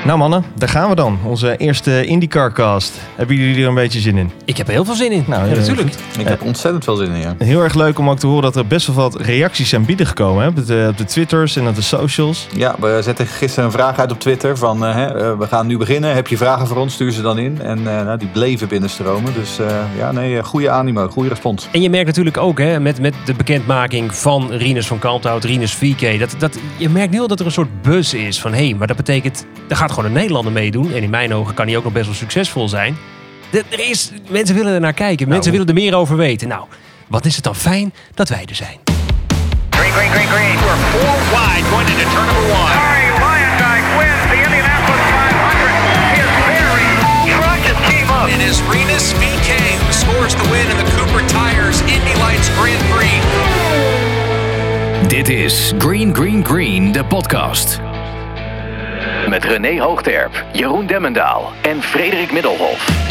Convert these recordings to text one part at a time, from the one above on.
Nou mannen, daar gaan we dan. Onze eerste IndyCar-cast. Hebben jullie er een beetje zin in? Ik heb er heel veel zin in. Nou, ja, natuurlijk. Ik heb ontzettend veel zin in, ja. Heel erg leuk om ook te horen dat er best wel wat reacties zijn binnengekomen. Hè? Op de Twitters en op de socials. Ja, we zetten gisteren een vraag uit op Twitter van we gaan nu beginnen. Heb je vragen voor ons? Stuur ze dan in. En die bleven binnenstromen. Dus goede animo, goede respons. En je merkt natuurlijk ook met de bekendmaking van Rinus van Kalmthout, Rinus VeeKay. Je merkt nu al dat er een soort buzz is van maar dat betekent, er gaat gewoon een Nederlander meedoen. En in mijn ogen kan hij ook nog best wel succesvol zijn. Mensen willen er naar kijken. Mensen willen er meer over weten. Nou, wat is het dan fijn dat wij er zijn. Green. We're 4 wide going into turn number 1. Harry Lyondike wins the Indianapolis 500. His very truck just came up. It is Rinus VeeKay who scores the win in the Cooper Tires Indy Lights Grand Prix. Dit is Green, de podcast. Met René Hoogterp, Jeroen Demmendaal en Frederik Middelhoff.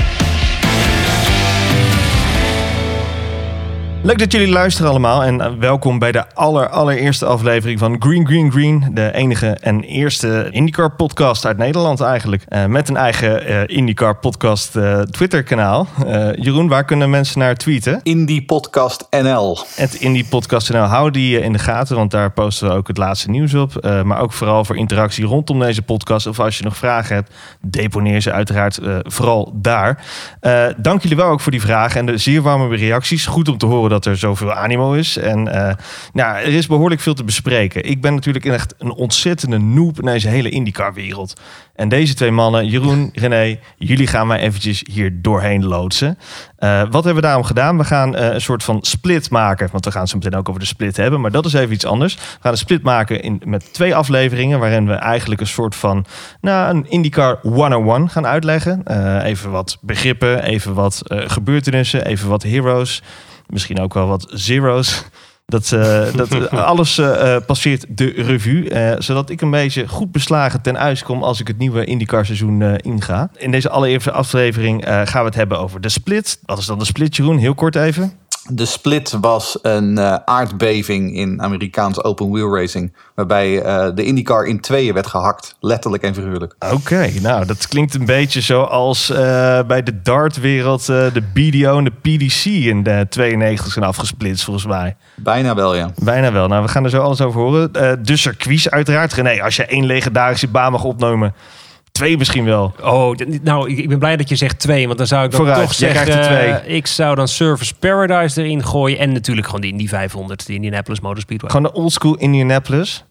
Leuk dat jullie luisteren allemaal en welkom bij de allereerste aflevering van Green. De enige en eerste IndyCar podcast uit Nederland eigenlijk. Met een eigen IndyCar podcast Twitter kanaal. Jeroen, waar kunnen mensen naar tweeten? Indy Podcast NL. Indy Podcast NL. Hou die in de gaten, want daar posten we ook het laatste nieuws op. Maar ook vooral voor interactie rondom deze podcast. Of als je nog vragen hebt, deponeer ze uiteraard vooral daar. Dank jullie wel ook voor die vragen en de zeer warme reacties. Goed om te horen dat er zoveel animo is. En er is behoorlijk veel te bespreken. Ik ben natuurlijk echt een ontzettende noob in deze hele IndyCar-wereld. En deze twee mannen, Jeroen, René, jullie gaan mij eventjes hier doorheen loodsen. Wat hebben we daarom gedaan? We gaan een soort van split maken. Want we gaan zo meteen ook over de split hebben. Maar dat is even iets anders. We gaan een split maken met 2 afleveringen. Waarin we eigenlijk een soort van een IndyCar 101 gaan uitleggen. Even wat begrippen, even wat gebeurtenissen, even wat heroes. Misschien ook wel wat zero's. Dat alles passeert de revue. Zodat ik een beetje goed beslagen ten ijs kom als ik het nieuwe IndyCar seizoen inga. In deze allereerste aflevering gaan we het hebben over de split. Wat is dan de split, Jeroen? Heel kort even. De split was een aardbeving in Amerikaans open wheel racing. Waarbij de IndyCar in 2 werd gehakt. Letterlijk en figuurlijk. Oké, nou dat klinkt een beetje zoals bij de dartwereld de BDO en de PDC in de 92 zijn afgesplitst volgens mij. Bijna wel, ja. Bijna wel. Nou, we gaan er zo alles over horen. De circuits uiteraard. René, als je 1 legendarische baan mag opnemen... 2 misschien wel. Oh, nou, ik ben blij dat je zegt 2. Want dan zou ik dan Vooruit, toch zeggen... Jij krijgt er 2. Ik zou dan Surfers Paradise erin gooien. En natuurlijk gewoon die Indy 500. De Indianapolis Motor Speedway. Gewoon de oldschool Indianapolis?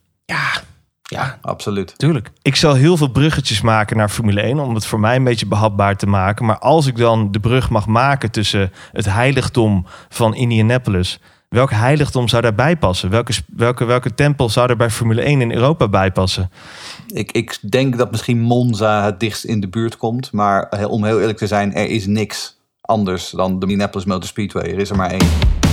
Ja, absoluut. Tuurlijk. Ik zal heel veel bruggetjes maken naar Formule 1... om het voor mij een beetje behapbaar te maken. Maar als ik dan de brug mag maken tussen het heiligdom van Indianapolis... welk heiligdom zou daarbij passen? Welke tempel zou er bij Formule 1 in Europa bij passen? Ik denk dat misschien Monza het dichtst in de buurt komt. Maar om heel eerlijk te zijn, er is niks anders dan de Indianapolis Motor Speedway. Er is er maar 1.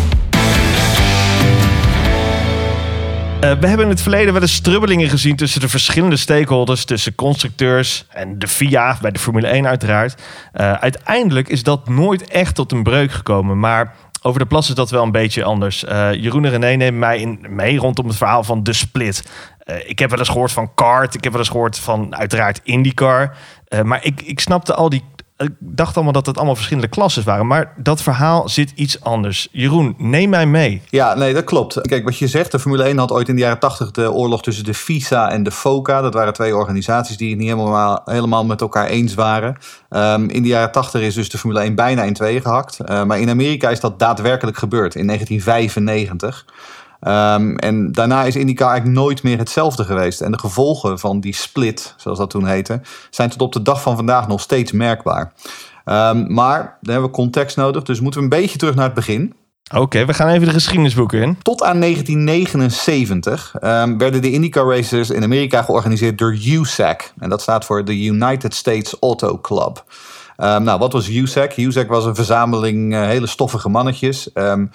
We hebben in het verleden wel eens strubbelingen gezien tussen de verschillende stakeholders, tussen constructeurs en de FIA, bij de Formule 1 uiteraard. Uiteindelijk is dat nooit echt tot een breuk gekomen, maar over de plas is dat wel een beetje anders. Jeroen en René nemen mij mee rondom het verhaal van de split. Ik heb wel eens gehoord van kart, ik heb wel eens gehoord van uiteraard IndyCar. Maar ik snapte ik dacht allemaal dat het allemaal verschillende klasses waren. Maar dat verhaal zit iets anders. Jeroen, neem mij mee. Ja, nee, dat klopt. Kijk, wat je zegt, de Formule 1 had ooit in de jaren 80 de oorlog tussen de FISA en de FOCA. Dat waren 2 organisaties die het niet helemaal met elkaar eens waren. In de jaren 80 is dus de Formule 1 bijna in 2 gehakt. Maar in Amerika is dat daadwerkelijk gebeurd in 1995. En daarna is IndyCar eigenlijk nooit meer hetzelfde geweest. En de gevolgen van die split, zoals dat toen heette, zijn tot op de dag van vandaag nog steeds merkbaar. Maar dan hebben we context nodig, dus moeten we een beetje terug naar het begin. Oké, we gaan even de geschiedenisboeken in. Tot aan 1979 werden de IndyCar races in Amerika georganiseerd door USAC. En dat staat voor de United States Auto Club. Wat was USAC? USAC was een verzameling hele stoffige mannetjes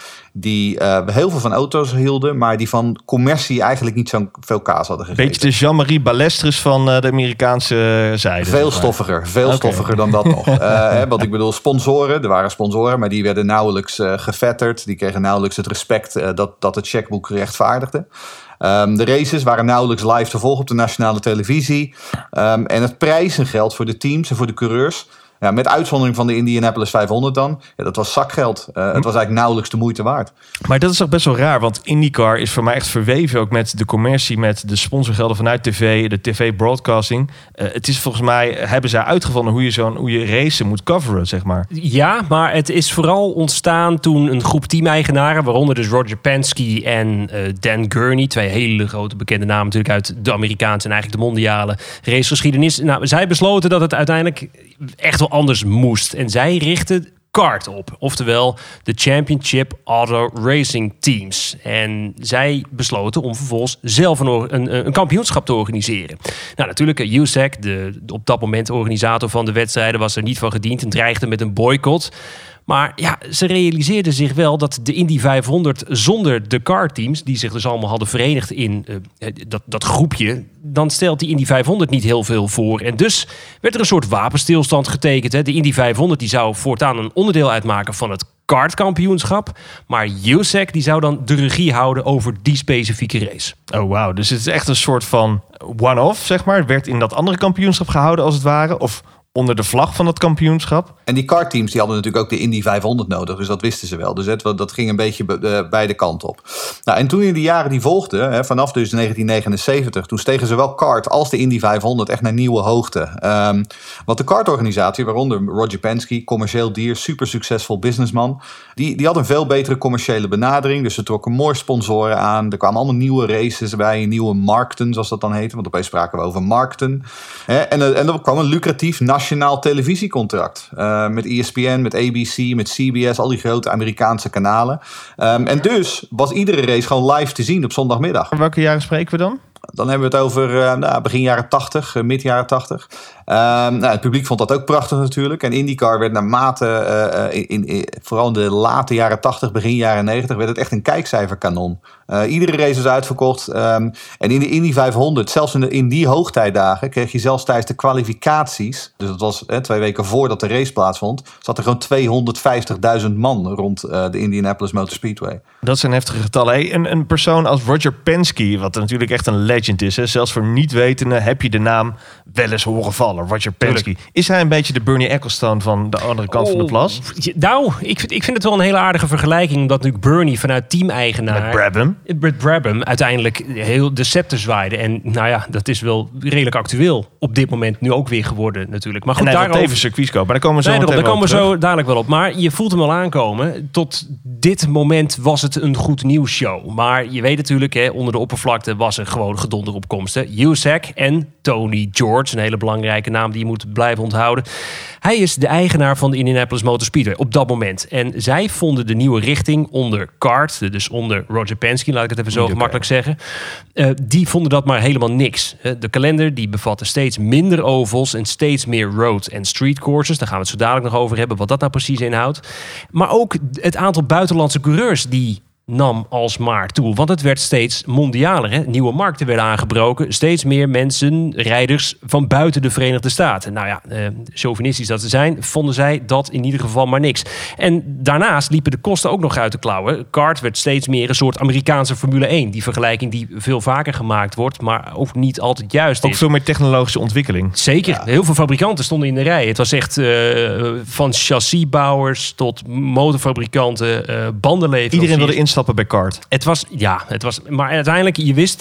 die heel veel van auto's hielden, maar die van commercie eigenlijk niet zo veel kaas hadden gegeten. Beetje de Jean-Marie Ballestres van de Amerikaanse zijde. Veel stoffiger dan dat nog. Want ik bedoel, sponsoren, er waren sponsoren, maar die werden nauwelijks gevetterd. Die kregen nauwelijks het respect dat het checkboek rechtvaardigde. De races waren nauwelijks live te volgen op de nationale televisie. En het prijzengeld voor de teams en voor de coureurs, met uitzondering van de Indianapolis 500 dan, dat was zakgeld. Het was eigenlijk nauwelijks de moeite waard. Maar dat is toch best wel raar, want IndyCar is voor mij echt verweven ook met de commercie, met de sponsorgelden vanuit tv, de tv-broadcasting. Het is volgens mij, hebben zij uitgevonden hoe je racen moet coveren, zeg maar. Ja, maar het is vooral ontstaan toen een groep teameigenaren, waaronder dus Roger Penske en Dan Gurney, twee hele grote bekende namen natuurlijk uit de Amerikaanse en eigenlijk de mondiale racegeschiedenis. Nou, zij besloten dat het uiteindelijk echt wel anders moest. En zij richtten CART op. Oftewel de Championship Auto Racing Teams. En zij besloten om vervolgens zelf een kampioenschap te organiseren. Nou, natuurlijk, USAC, de op dat moment organisator van de wedstrijden, was er niet van gediend en dreigde met een boycott. Maar ja, ze realiseerden zich wel dat de Indy 500 zonder de car-teams, die zich dus allemaal hadden verenigd in dat groepje, dan stelt die Indy 500 niet heel veel voor. En dus werd er een soort wapenstilstand getekend. Hè. De Indy 500 die zou voortaan een onderdeel uitmaken van het kartkampioenschap. Maar USAC die zou dan de regie houden over die specifieke race. Oh, wauw. Dus het is echt een soort van one-off, zeg maar. Het werd in dat andere kampioenschap gehouden, als het ware. Of onder de vlag van dat kampioenschap. En die kartteams die hadden natuurlijk ook de Indy 500 nodig. Dus dat wisten ze wel. Dus dat ging een beetje beide kanten op. Nou, en toen in de jaren die volgden, vanaf dus 1979... toen stegen zowel kart als de Indy 500 echt naar nieuwe hoogte. Want de kartorganisatie, waaronder Roger Penske, commercieel dier, super succesvol businessman, die had een veel betere commerciële benadering. Dus ze trokken more sponsoren aan. Er kwamen allemaal nieuwe races bij, nieuwe markten, zoals dat dan heette. Want opeens spraken we over markten. En er kwam een lucratief nationaal televisiecontract. Met ESPN, met ABC, met CBS, al die grote Amerikaanse kanalen. En dus was iedere race gewoon live te zien op zondagmiddag. Welke jaren spreken we dan? Dan hebben we het over begin jaren 80, mid jaren 80. Het publiek vond dat ook prachtig natuurlijk. En IndyCar werd naarmate, vooral in de late jaren 80, begin jaren 90... werd het echt een kijkcijferkanon. Iedere race is uitverkocht. En in de Indy 500, zelfs in die hoogtijdagen, kreeg je zelfs tijdens de kwalificaties, dus dat was 2 weken voordat de race plaatsvond, zat er gewoon 250.000 man rond de Indianapolis Motor Speedway. Dat zijn heftige getallen. Hey, een persoon als Roger Penske, wat natuurlijk echt een legend is, hè? Zelfs voor niet-wetenden heb je de naam wel eens horen vallen. Roger Penske. Tuurlijk. Is hij een beetje de Bernie Ecclestone van de andere kant van de plas? Nou, ik vind het wel een hele aardige vergelijking, omdat natuurlijk Bernie vanuit teameigenaar Met Brabham uiteindelijk heel de scepter zwaaide. En nou ja, dat is wel redelijk actueel op dit moment nu ook weer geworden natuurlijk. Maar goed, en hij wil tevens circuits kopen. Maar daar komen we zo dadelijk wel op. Maar je voelt hem al aankomen. Tot dit moment was het een goed nieuwsshow. Maar je weet natuurlijk, onder de oppervlakte was er gewoon gedonder op komst. USAC en Tony George, een hele belangrijke naam die je moet blijven onthouden. Hij is de eigenaar van de Indianapolis Motor Speedway op dat moment. En zij vonden de nieuwe richting onder CART, dus onder Roger Penske, laat ik het even zo gemakkelijk zeggen. Die vonden dat maar helemaal niks. De kalender die bevatte steeds minder ovals en steeds meer road- en street courses. Daar gaan we het zo dadelijk nog over hebben, wat dat nou precies inhoudt. Maar ook het aantal buitenlandse coureurs die nam alsmaar toe. Want het werd steeds mondialer. Hè? Nieuwe markten werden aangebroken. Steeds meer mensen, rijders van buiten de Verenigde Staten. Nou ja, chauvinistisch dat ze zijn, vonden zij dat in ieder geval maar niks. En daarnaast liepen de kosten ook nog uit de klauwen. CART werd steeds meer een soort Amerikaanse Formule 1. Die vergelijking die veel vaker gemaakt wordt, maar ook niet altijd juist is. Ook veel meer technologische ontwikkeling. Zeker. Ja. Heel veel fabrikanten stonden in de rij. Het was echt van chassisbouwers tot motorfabrikanten, bandenleveranciers. Iedereen wilde instappen bij CART. Het was, maar uiteindelijk,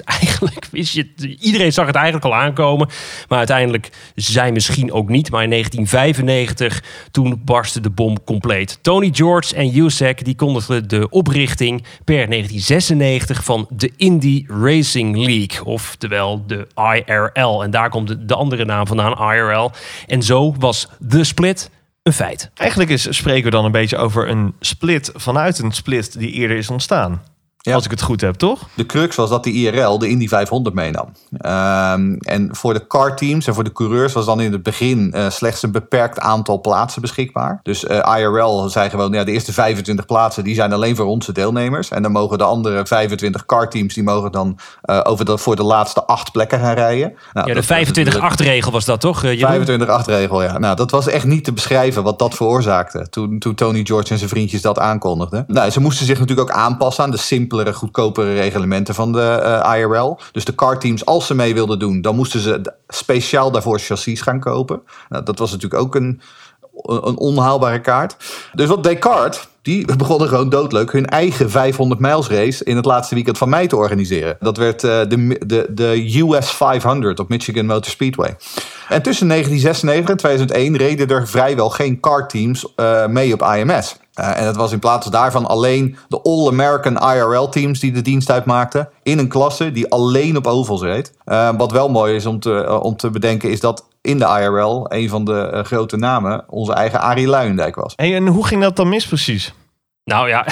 iedereen zag het eigenlijk al aankomen. Maar uiteindelijk zij misschien ook niet. Maar in 1995, toen barstte de bom compleet. Tony George en USAC, die kondigden de oprichting per 1996 van de Indy Racing League. Oftewel de IRL. En daar komt de andere naam vandaan, IRL. En zo was de split een feit. Eigenlijk spreken we dan een beetje over een split vanuit een split die eerder is ontstaan. Ja. Als ik het goed heb, toch? De crux was dat de IRL de Indy 500 meenam. En voor de kartteams en voor de coureurs was dan in het begin slechts een beperkt aantal plaatsen beschikbaar. Dus IRL zei gewoon, de eerste 25 plaatsen die zijn alleen voor onze deelnemers. En dan mogen de andere 25 kartteams, die mogen dan voor de laatste 8 plekken gaan rijden. Nou, de 25-8-regel was dat toch? 25-8-regel, ja. Nou, dat was echt niet te beschrijven wat dat veroorzaakte toen Tony George en zijn vriendjes dat aankondigden. Nou, ze moesten zich natuurlijk ook aanpassen aan de simpelere, goedkopere reglementen van de IRL. Dus de kartteams, als ze mee wilden doen, dan moesten ze speciaal daarvoor chassis gaan kopen. Nou, dat was natuurlijk ook een onhaalbare kaart. Dus wat Descartes, die begonnen gewoon doodleuk hun eigen 500 mijls race in het laatste weekend van mei te organiseren. Dat werd de US 500 op Michigan Motor Speedway. En tussen 1996 en 2001 reden er vrijwel geen kartteams mee op IMS. En het was in plaats daarvan alleen de All-American IRL-teams die de dienst uitmaakten in een klasse die alleen op ovals reed. Wat wel mooi is om te bedenken is dat in de IRL een van de grote namen onze eigen Arie Luijendijk was. Hey, en hoe ging dat dan mis precies? Nou ja,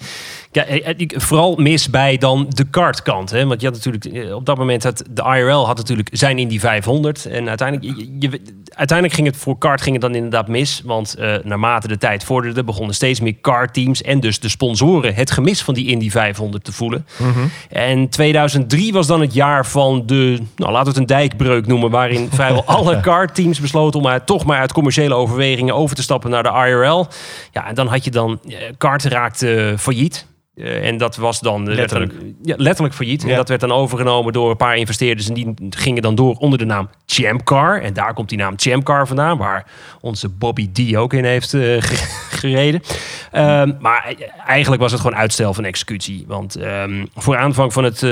vooral mis bij dan de kartkant. Hè? Want je had natuurlijk op dat moment, de IRL had natuurlijk zijn Indy 500. En uiteindelijk ging het voor kart dan inderdaad mis. Want naarmate de tijd vorderde, begonnen steeds meer kartteams en dus de sponsoren het gemis van die Indy 500 te voelen. Mm-hmm. En 2003 was dan het jaar van laten we het een dijkbreuk noemen, waarin vrijwel alle kartteams besloten om toch maar uit commerciële overwegingen over te stappen naar de IRL. Ja, en dan had je kart raakte failliet. En dat was dan letterlijk failliet. Ja. En dat werd dan overgenomen door een paar investeerders. En die gingen dan door onder de naam Champ Car. En daar komt die naam Champ Car vandaan. Waar onze Bobby D ook in heeft gereden. Maar eigenlijk was het gewoon uitstel van executie. Want voor aanvang van het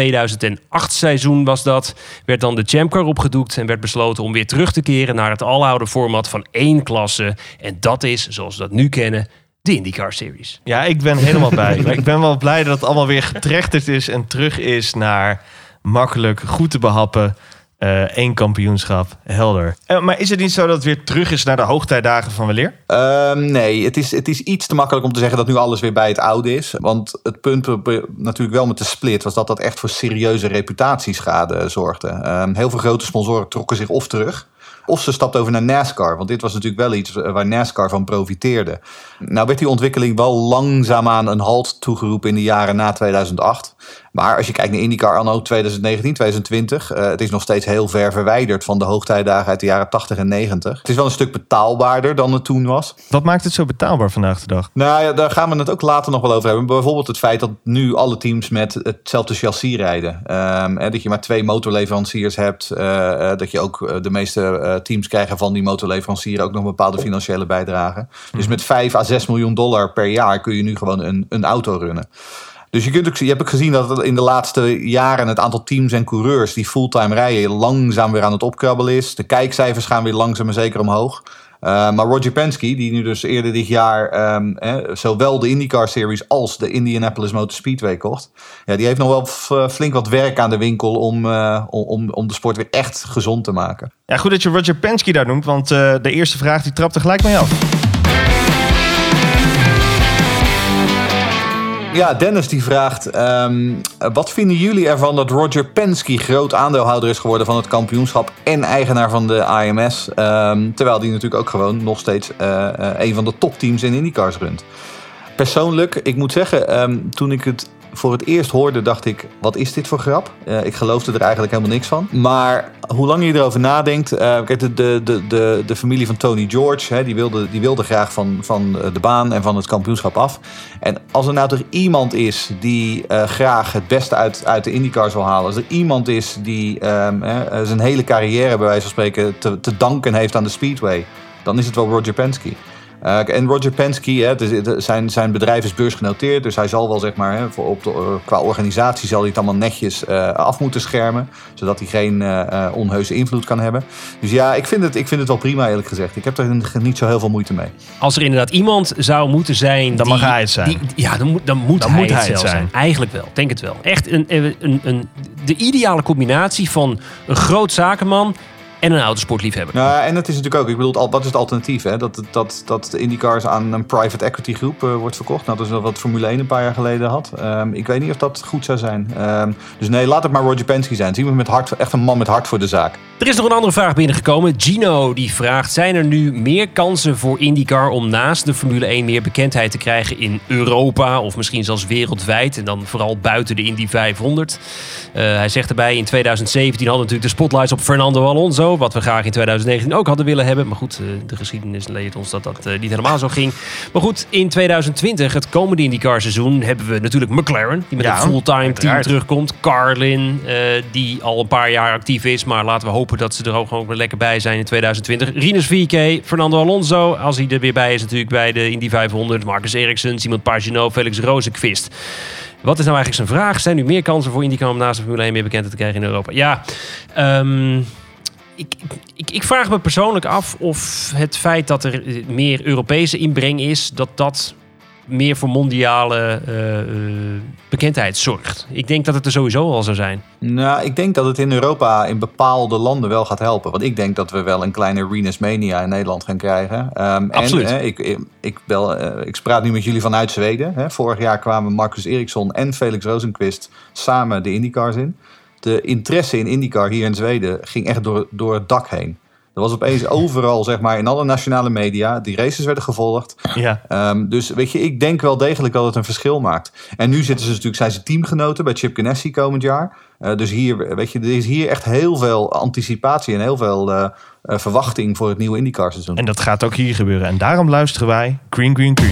2008 seizoen werd dan de Champ Car opgedoekt. En werd besloten om weer terug te keren naar het aloude format van 1 klasse. En dat is, zoals we dat nu kennen, de IndyCar Series. Ja, ik ben helemaal bij. Ik ben wel blij dat het allemaal weer getrechterd is en terug is naar makkelijk, goed te behappen. 1 kampioenschap, helder. Maar is het niet zo dat het weer terug is naar de hoogtijdagen van weleer? Nee, het is iets te makkelijk om te zeggen dat nu alles weer bij het oude is. Want het punt natuurlijk wel met de split was dat echt voor serieuze reputatieschade zorgde. Heel veel grote sponsoren trokken zich of terug, of ze stapten over naar NASCAR. Want dit was natuurlijk wel iets waar NASCAR van profiteerde. Nou werd die ontwikkeling wel langzaamaan een halt toegeroepen in de jaren na 2008. Maar als je kijkt naar IndyCar anno 2019, 2020... het is nog steeds heel ver verwijderd van de hoogtijdagen uit de jaren 80 en 90. Het is wel een stuk betaalbaarder dan het toen was. Wat maakt het zo betaalbaar vandaag de dag? Nou ja, daar gaan we het ook later nog wel over hebben. Bijvoorbeeld het feit dat nu alle teams met hetzelfde chassis rijden. Dat je maar 2 motorleveranciers hebt. Dat je ook de meeste teams krijgen van die motorleverancier ook nog een bepaalde financiële bijdrage. Dus met $5 à $6 miljoen per jaar kun je nu gewoon een auto runnen. Dus je hebt ook gezien dat in de laatste jaren het aantal teams en coureurs die fulltime rijden langzaam weer aan het opkrabbelen is. De kijkcijfers gaan weer langzaam maar zeker omhoog. Maar Roger Penske, die nu dus eerder dit jaar zowel de IndyCar Series als de Indianapolis Motor Speedway kocht. Ja, die heeft nog wel flink wat werk aan de winkel om de sport weer echt gezond te maken. Ja, goed dat je Roger Penske daar noemt, want de eerste vraag die trapt er gelijk mee af. Ja, Dennis die vraagt, wat vinden jullie ervan dat Roger Penske groot aandeelhouder is geworden van het kampioenschap en eigenaar van de AMS, terwijl die natuurlijk ook gewoon nog steeds een van de topteams in IndyCars runt. Persoonlijk, ik moet zeggen, toen ik het voor het eerst hoorde, dacht ik, wat is dit voor grap? Ik geloofde er eigenlijk helemaal niks van. Maar hoe langer je erover nadenkt, kijk, de familie van Tony George, die wilde graag van de baan en van het kampioenschap af. En als er nou toch iemand is die graag het beste uit de IndyCars wil halen, als er iemand is die zijn hele carrière bij wijze van spreken te danken heeft aan de Speedway, dan is het wel Roger Penske. En Roger Penske, zijn bedrijf is beursgenoteerd, dus hij zal wel, zeg maar, qua organisatie zal hij het allemaal netjes af moeten schermen, zodat hij geen onheuse invloed kan hebben. Dus ja, ik vind het wel prima, eerlijk gezegd. Ik heb er niet zo heel veel moeite mee. Als er inderdaad iemand zou moeten zijn, dan mag hij het zijn. Dan moet hij het zijn. Eigenlijk wel, denk het wel. Echt de ideale combinatie van een groot zakenman en een autosportliefhebber. Nou, en het is natuurlijk ook, ik bedoel, wat is het alternatief? Hè? Dat de IndyCars aan een private equity groep wordt verkocht. Nou, dat is wat Formule 1 een paar jaar geleden had. Ik weet niet of dat goed zou zijn. Dus nee, laat het maar Roger Penske zijn. Zien we met hart, echt een man met hart voor de zaak. Er is nog een andere vraag binnengekomen. Gino die vraagt, zijn er nu meer kansen voor IndyCar om naast de Formule 1 meer bekendheid te krijgen in Europa of misschien zelfs wereldwijd en dan vooral buiten de Indy 500? Hij zegt erbij, in 2017 hadden natuurlijk de spotlights op Fernando Alonso, wat we graag in 2019 ook hadden willen hebben. Maar goed, de geschiedenis leert ons dat niet helemaal zo ging. Maar goed, in 2020, het komende IndyCar seizoen, hebben we natuurlijk McLaren, die met een fulltime team terugkomt. Carlin, die al een paar jaar actief is, maar laten we hopen dat ze er ook gewoon weer lekker bij zijn in 2020. Rinus VeeKay, Fernando Alonso, als hij er weer bij is natuurlijk bij de Indy 500. Marcus Ericsson, Simon Pagenaud, Felix Rosenqvist. Wat is nou eigenlijk zijn vraag? Zijn er meer kansen voor IndyCar om naast de Formule 1 meer bekendheid te krijgen in Europa? Ja, ik vraag me persoonlijk af of het feit dat er meer Europese inbreng is, dat meer voor mondiale bekendheid zorgt. Ik denk dat het er sowieso al zou zijn. Nou, ik denk dat het in Europa in bepaalde landen wel gaat helpen. Want ik denk dat we wel een kleine Rinus Mania in Nederland gaan krijgen. Absoluut. En ik praat nu met jullie vanuit Zweden. Vorig jaar kwamen Marcus Ericsson en Felix Rosenqvist samen de IndyCars in. De interesse in IndyCar hier in Zweden ging echt door het dak heen. Er was opeens overal, zeg maar, in alle nationale media. Die races werden gevolgd. Ja. Dus weet je, ik denk wel degelijk dat het een verschil maakt. En nu zijn ze teamgenoten bij Chip Ganassi komend jaar. Dus hier, weet je, er is hier echt heel veel anticipatie en heel veel verwachting voor het nieuwe IndyCar seizoen. En dat gaat ook hier gebeuren. En daarom luisteren wij Green, Green, Green.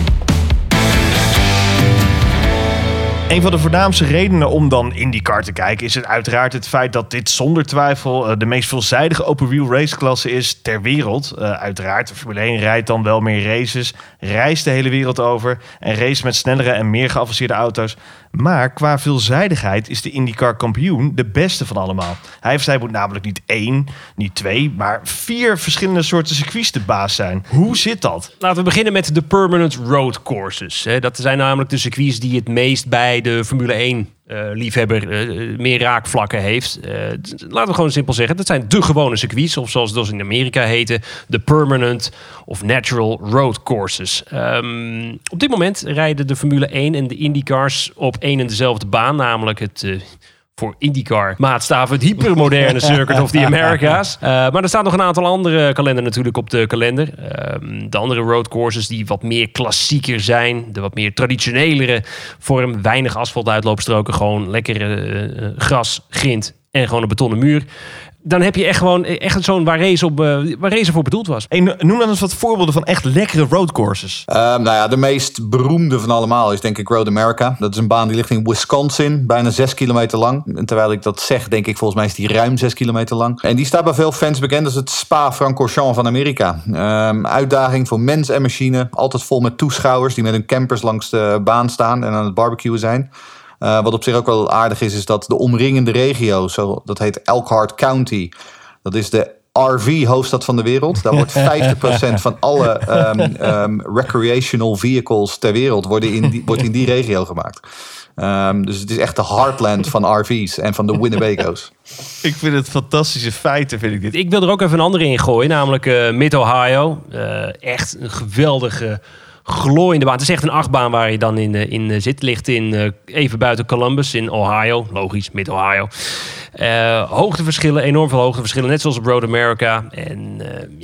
Een van de voornaamste redenen om dan IndyCar te kijken is uiteraard het feit dat dit zonder twijfel de meest veelzijdige open-wheel raceklasse is ter wereld. Uiteraard, de Formule 1 rijdt dan wel meer races, reist de hele wereld over en race met snellere en meer geavanceerde auto's. Maar qua veelzijdigheid is de IndyCar kampioen de beste van allemaal. Hij moet namelijk niet 1, niet 2, maar 4 verschillende soorten circuits de baas zijn. Hoe zit dat? Laten we beginnen met de Permanent Road Courses. Dat zijn namelijk de circuits die het meest bij de Formule 1 liefhebber meer raakvlakken heeft. Laten we gewoon simpel zeggen, dat zijn de gewone circuits, of zoals het in Amerika heten, de Permanent of Natural Road Courses. Op dit moment rijden de Formule 1 en de IndyCars op één en dezelfde baan, namelijk het voor IndyCar maatstaven het hypermoderne Circuit of the Americas. Maar er staan nog een aantal andere kalender natuurlijk op de kalender. De andere roadcourses die wat meer klassieker zijn. De wat meer traditionelere vorm. Weinig asfaltuitloopstroken. Gewoon lekker gras, grind en gewoon een betonnen muur. Dan heb je echt zo'n waar race voor bedoeld was. Hey, noem dan eens wat voorbeelden van echt lekkere roadcourses. De meest beroemde van allemaal is denk ik Road America. Dat is een baan die ligt in Wisconsin, bijna 6 kilometer lang. En terwijl ik dat zeg, denk ik volgens mij is die ruim 6 kilometer lang. En die staat bij veel fans bekend als het Spa-Francorchamps van Amerika. Uitdaging voor mens en machine. Altijd vol met toeschouwers die met hun campers langs de baan staan en aan het barbecuen zijn. Wat op zich ook wel aardig is dat de omringende regio, dat heet Elkhart County, dat is de RV-hoofdstad van de wereld. Daar wordt 50% van alle recreational vehicles ter wereld wordt in die regio gemaakt. Dus het is echt de heartland van RV's en van de Winnebago's. Ik vind het fantastische feiten, vind ik dit. Ik wil er ook even een andere in gooien, namelijk Mid-Ohio. Echt een geweldige glooiende baan. Het is echt een achtbaan waar je dan in zit. Ligt even buiten Columbus in Ohio. Logisch, Mid-Ohio. Hoogteverschillen, enorm veel hoogteverschillen. Net zoals op Road America. En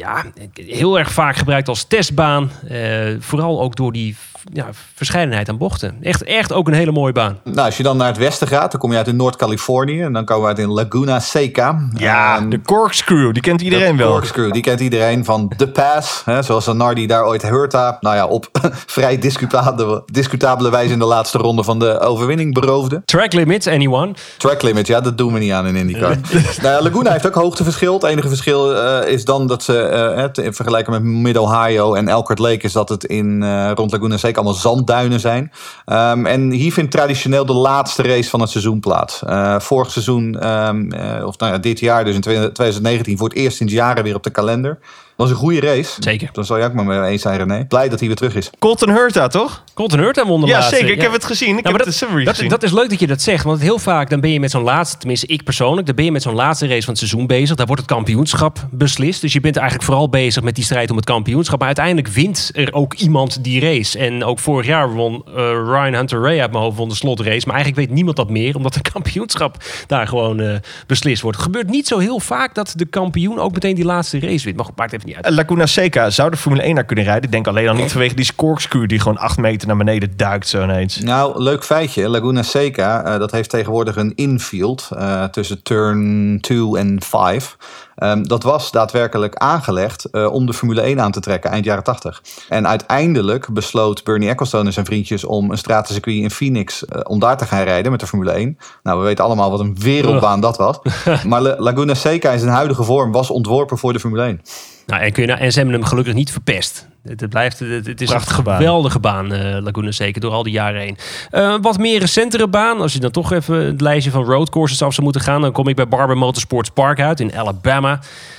heel erg vaak gebruikt als testbaan. Vooral ook door die verscheidenheid aan bochten. Echt ook een hele mooie baan. Nou, als je dan naar het westen gaat, dan kom je uit in Noord-Californië. En dan komen we uit in Laguna Seca. Ja, de Corkscrew, die kent iedereen wel. De Corkscrew, die kent iedereen van The Pass. Zoals Zanardi daar ooit hoorde. op vrij discutabele wijze in de laatste ronde van de overwinning beroofde. Track limits, anyone? Track limits, ja, dat doen we niet aan in IndyCar. Laguna heeft ook hoogteverschil. Het enige verschil is dan dat ze, in vergelijking met Mid-Ohio en Elkhart Lake, is dat het rond Laguna Seca allemaal zandduinen zijn. En hier vindt traditioneel de laatste race van het seizoen plaats. Vorig seizoen, dit jaar dus in 2019, voor het eerst sinds jaren weer op de kalender. Was een goede race. Zeker. Dan zal je ook maar mee eens zijn, René. Blij dat hij weer terug is. Colton Herta, toch? Colton Herta won de Ja, laatste. zeker. Ik heb het gezien. Ik heb de summary gezien. Dat is leuk dat je dat zegt. Want heel vaak dan ben je met zo'n laatste, tenminste ik persoonlijk, dan ben je met zo'n laatste race van het seizoen bezig. Daar wordt het kampioenschap beslist. Dus je bent eigenlijk vooral bezig met die strijd om het kampioenschap. Maar uiteindelijk wint er ook iemand die race. En ook vorig jaar won Ryan Hunter-Reay uit mijn hoofd won de slotrace. Maar eigenlijk weet niemand dat meer, omdat het kampioenschap daar gewoon beslist wordt. Het gebeurt niet zo heel vaak dat de kampioen ook meteen die laatste race wint. Maar goed, maakt even niet uit. Laguna Seca zou de Formule 1 naar kunnen rijden. Ik denk alleen al niet vanwege die corkscrew die gewoon 8 meter naar beneden duikt zo ineens. Nou, leuk feitje. Laguna Seca, dat heeft tegenwoordig een infield tussen turn 2 en 5. Dat was daadwerkelijk aangelegd om de Formule 1 aan te trekken eind jaren 80. En uiteindelijk besloot Bernie Ecclestone en zijn vriendjes om een stratencircuit in Phoenix om daar te gaan rijden met de Formule 1. Nou, we weten allemaal wat een wereldbaan dat was. Maar Laguna Seca in zijn huidige vorm was ontworpen voor de Formule 1. Nou, en ze hebben hem gelukkig niet verpest. Het is Prachtige een geweldige baan, Laguna Seca, door al die jaren heen. Wat meer recentere baan. Als je dan toch even het lijstje van roadcourses af zou moeten gaan, dan kom ik bij Barber Motorsports Park uit in Alabama.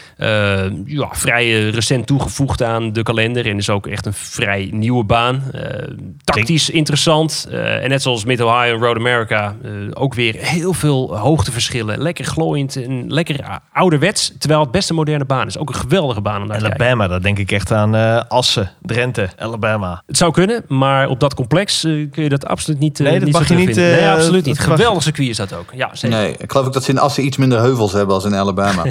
Vrij recent toegevoegd aan de kalender. En is ook echt een vrij nieuwe baan. Tactisch interessant. En net zoals Mid-Ohio en Road America ook weer heel veel hoogteverschillen. Lekker glooiend en lekker ouderwets. Terwijl het best een moderne baan is. Ook een geweldige baan om naar te kijken. Alabama, dat denk ik echt aan Assen, Drenthe, Alabama. Het zou kunnen, maar op dat complex kun je dat absoluut niet Nee, dat niet mag zo je niet, terugvinden. Nee, absoluut niet. dat mag- Geweldig circuit is dat ook. Ja, zeker. Nee, ik geloof ook dat ze in Assen iets minder heuvels hebben als in Alabama.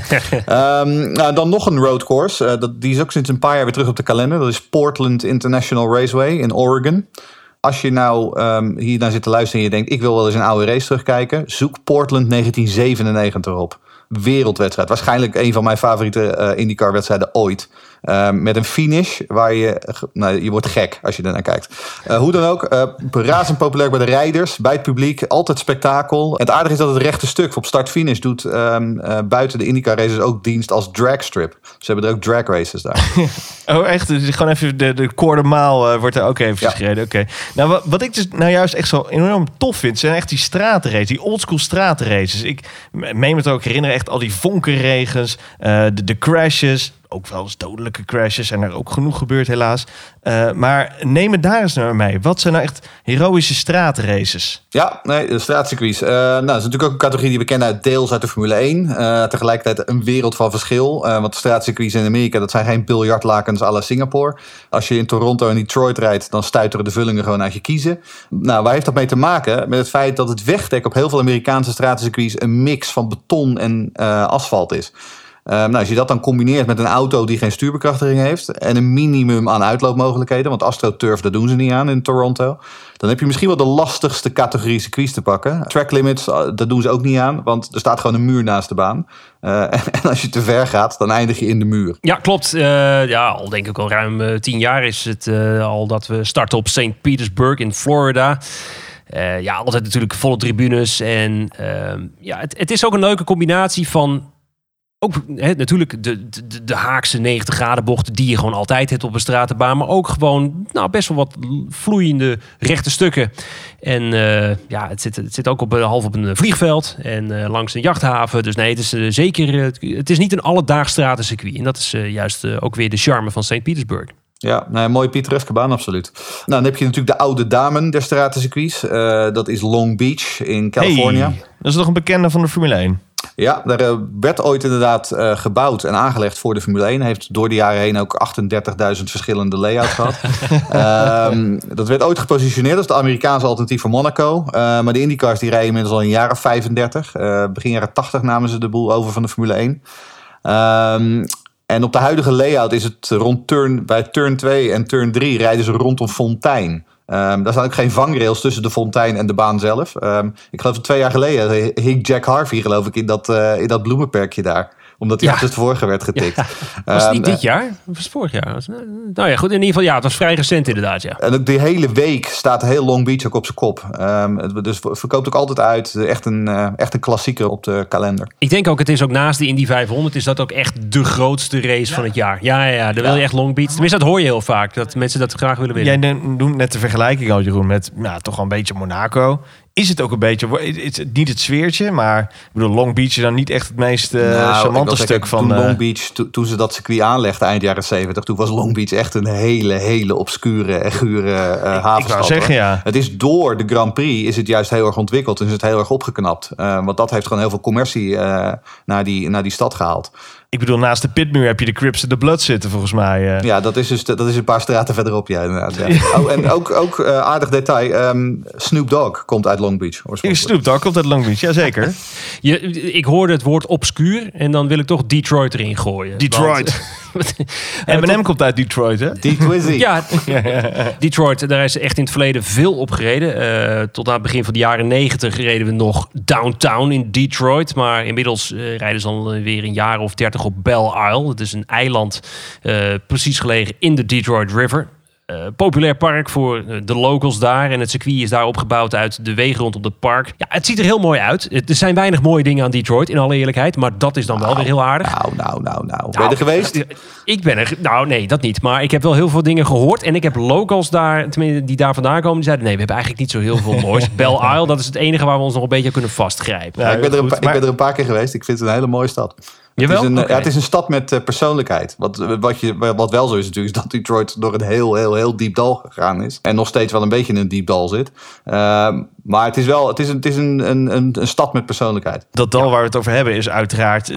Dan nog een roadcourse. Die is ook sinds een paar jaar weer terug op de kalender. Dat is Portland International Raceway in Oregon. Als je nou hier naar zit te luisteren en je denkt, ik wil wel eens een oude race terugkijken, zoek Portland 1997 op. Wereldwedstrijd. Waarschijnlijk een van mijn favoriete IndyCar-wedstrijden ooit. Met een finish waar je wordt gek als je ernaar kijkt. Hoe dan ook, razend populair bij de rijders, bij het publiek, altijd spektakel. En het aardige is dat het rechte stuk op start-finish doet buiten de IndyCar races ook dienst als dragstrip. Ze hebben er ook drag races daar. Oh, echt? Dus gewoon even de quarter mile wordt er ook even gereden. Oké. Nou, wat ik dus nou juist echt zo enorm tof vind, zijn echt die straatraces, die oldschool straatraces. Ik meen me het ook herinneren, echt al die vonkenregens, de crashes. Ook wel eens dodelijke crashes. En er ook genoeg gebeurd helaas. Maar neem het daar eens naar mee. Wat zijn nou echt heroïsche straatraces? Ja, nee, de straatcircuits. Dat is natuurlijk ook een categorie die we kennen deels uit de Formule 1. Tegelijkertijd een wereld van verschil. Want de straatcircuits in Amerika, dat zijn geen biljartlakens à la Singapore. Als je in Toronto en Detroit rijdt, dan stuiteren de vullingen gewoon uit je kiezen. Nou, waar heeft dat mee te maken? Met het feit dat het wegdek op heel veel Amerikaanse straatcircuits een mix van beton en asfalt is. Als je dat dan combineert met een auto die geen stuurbekrachtiging heeft en een minimum aan uitloopmogelijkheden, want AstroTurf, dat doen ze niet aan in Toronto, dan heb je misschien wel de lastigste categorie circuits te pakken. Track limits, dat doen ze ook niet aan, want er staat gewoon een muur naast de baan. En als je te ver gaat, dan eindig je in de muur. Ja, klopt. Al denk ik al ruim 10 jaar is het al dat we starten op St. Petersburg in Florida. Altijd natuurlijk volle tribunes. En het is ook een leuke combinatie van ook natuurlijk de Haakse 90 graden bochten die je gewoon altijd hebt op een stratenbaan. Maar ook gewoon best wel wat vloeiende rechte stukken. En het zit ook half op een vliegveld en langs een jachthaven. Dus nee, het is zeker. Het is niet een alledaags stratencircuit. En dat is juist ook weer de charme van St. Petersburg. Ja, een mooie pittoreske baan, absoluut. Nou, dan heb je natuurlijk de oude damen der stratencircuits. Dat is Long Beach in California. Hey, dat is toch een bekende van de Formule 1? Ja, daar werd ooit inderdaad gebouwd en aangelegd voor de Formule 1. Heeft door de jaren heen ook 38.000 verschillende layouts gehad. Dat werd ooit gepositioneerd als de Amerikaanse alternatief voor Monaco. Maar de IndyCars die rijden inmiddels al een jaar of 35. Begin jaren 80 namen ze de boel over van de Formule 1. En op de huidige layout is het bij turn 2 en turn 3 rijden ze rond een fontein. Daar staan ook geen vangrails tussen de fontein en de baan zelf. Ik geloof dat 2 jaar geleden hing Jack Harvey geloof ik in dat bloemenperkje daar. Omdat hij achterstevoren werd getikt. Ja. Was het niet dit jaar? Of was het vorig jaar? Nou ja, goed. In ieder geval, het was vrij recent inderdaad, ja. En ook die hele week staat heel Long Beach ook op zijn kop. Dus verkoopt ook altijd uit. Echt een klassieker op de kalender. Ik denk ook, het is ook naast de Indy 500... is dat ook echt de grootste race van het jaar. Ja, dan wil je echt Long Beach. Tenminste, dat hoor je heel vaak. Dat mensen dat graag willen winnen. Jij doet net de vergelijking al, Jeroen, met toch wel een beetje Monaco. is het ook een beetje... Is het niet het sfeertje, maar ik bedoel, Long Beach is dan niet echt het meest charmante stuk van... Toen Long Beach, toen ze dat circuit aanlegden eind jaren 70... toen was Long Beach echt een hele obscure en gure havenstad. Ik wou zeggen, ja. Het is door de Grand Prix is het juist heel erg ontwikkeld en is het heel erg opgeknapt. Want dat heeft gewoon heel veel commercie naar die stad gehaald. Ik bedoel, naast de pitmuur heb je de Crips en de Blood zitten, volgens mij. Ja, dat is een paar straten verderop, ja, inderdaad. Ja. Oh, en ook aardig detail. Snoop Dogg komt uit Long Beach. Snoop Dogg komt uit Long Beach, jazeker. Ik hoorde het woord obscuur en dan wil ik toch Detroit erin gooien. Detroit. Eminem komt uit Detroit, hè? Twizzy. Ja, Detroit, daar is echt in het verleden veel op gereden. Tot aan het begin van de jaren 90 reden we nog downtown in Detroit. Maar inmiddels rijden ze alweer een jaar of 30 op Belle Isle. Het is een eiland precies gelegen in de Detroit River. Populair park voor de locals daar. En het circuit is daar opgebouwd uit de wegen rondom het park. Ja, het ziet er heel mooi uit. Er zijn weinig mooie dingen aan Detroit, in alle eerlijkheid. Maar dat is dan wel weer heel aardig. Nou. Ben je er geweest? Ik ben er... Nou, nee, dat niet. Maar ik heb wel heel veel dingen gehoord. En ik heb locals daar, tenminste die daar vandaan komen, die zeiden, nee, we hebben eigenlijk niet zo heel veel moois. Belle Isle, dat is het enige waar we ons nog een beetje kunnen vastgrijpen. Ja, ik ben er een paar keer geweest. Ik vind het een hele mooie stad. Het is een stad met persoonlijkheid. Wat wel zo is natuurlijk, is dat Detroit door een heel diep dal gegaan is. En nog steeds wel een beetje in een diep dal zit. Maar het is een stad met persoonlijkheid. Dat dal waar we het over hebben is uiteraard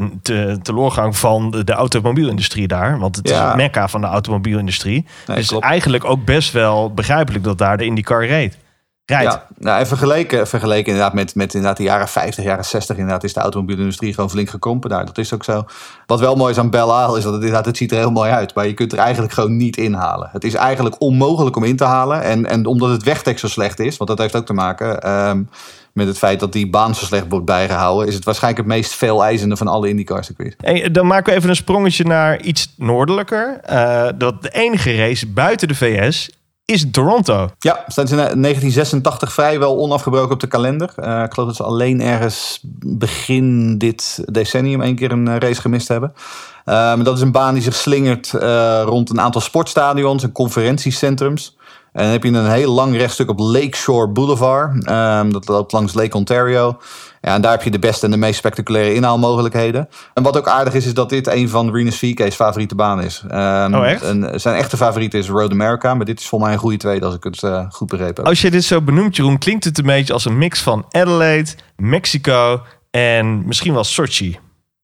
de teloorgang van de automobielindustrie daar. Want het is het mekka van de automobielindustrie. Nee, dus klopt. Eigenlijk ook best wel begrijpelijk dat daar de IndyCar rijdt. Ja, nou, en vergeleken inderdaad met inderdaad de jaren 50, jaren 60 inderdaad is de automobielindustrie gewoon flink gekrompen daar. Dat is ook zo. Wat wel mooi is aan Belle Isle is dat het ziet er heel mooi uit. Maar je kunt er eigenlijk gewoon niet inhalen. Het is eigenlijk onmogelijk om in te halen. En omdat het wegdek zo slecht is, want dat heeft ook te maken met het feit dat die baan zo slecht wordt bijgehouden, is het waarschijnlijk het meest veeleisende van alle IndyCar circuits. Hey, dan maken we even een sprongetje naar iets noordelijker. Dat de enige race buiten de VS is Toronto. Ja, staan ze in 1986 vrijwel onafgebroken op de kalender. Ik geloof dat ze alleen ergens begin dit decennium 1 keer een race gemist hebben. Dat is een baan die zich slingert rond een aantal sportstadions en conferentiecentrums. En dan heb je een heel lang rechtstuk op Lakeshore Boulevard. Dat loopt langs Lake Ontario. Ja, en daar heb je de beste en de meest spectaculaire inhaalmogelijkheden. En wat ook aardig is dat dit een van Rinus VeeKay's favoriete banen is. Echt? Zijn echte favoriet is Road America. Maar dit is volgens mij een goede tweede, als ik het goed begrepen heb. Als je dit zo benoemt, Jeroen, klinkt het een beetje als een mix van Adelaide, Mexico en misschien wel Sochi.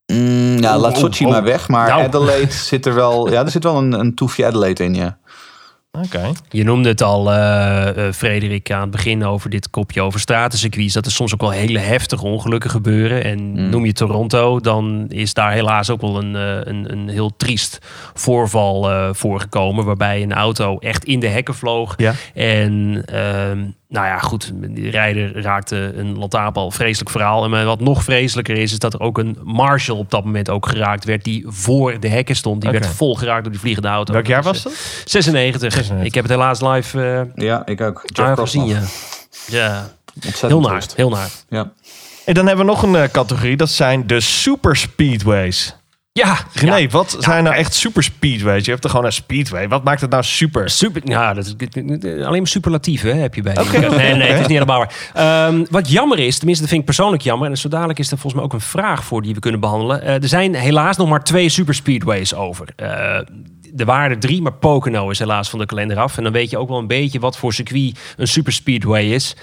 Laat Sochi maar weg. Maar Adelaide zit er wel... Ja, er zit wel een toefje Adelaide in, ja. Okay. Je noemde het al, Frederik, aan het begin over dit kopje over stratencircuits. Dat er soms ook wel hele heftige ongelukken gebeuren. En noem je Toronto, dan is daar helaas ook wel een heel triest voorval voorgekomen. Waarbij een auto echt in de hekken vloog. Ja. En nou ja, goed, de rijder raakte een lantaarnpaal. Vreselijk verhaal. En wat nog vreselijker is dat er ook een marshal op dat moment ook geraakt werd. Die voor de hekken stond. Die werd vol geraakt door die vliegende auto. Welk jaar was dat? 96. Ik heb het helaas live ja, ik ook. gezien. Ja. Heel naar. Ja. En dan hebben we nog een categorie. Dat zijn de super speedways. Ja, René, wat zijn nou echt super speedways? Je hebt er gewoon een speedway. Wat maakt het nou super? Ja, dat is alleen maar superlatief, hè, heb je bij. Okay. Nee, het is niet helemaal waar. Wat jammer is, tenminste dat vind ik persoonlijk jammer, en zo dadelijk is er volgens mij ook een vraag voor die we kunnen behandelen. Er zijn helaas nog maar 2 super speedways over. Er waren er 3, maar Pocono is helaas van de kalender af. En dan weet je ook wel een beetje wat voor circuit een super speedway is.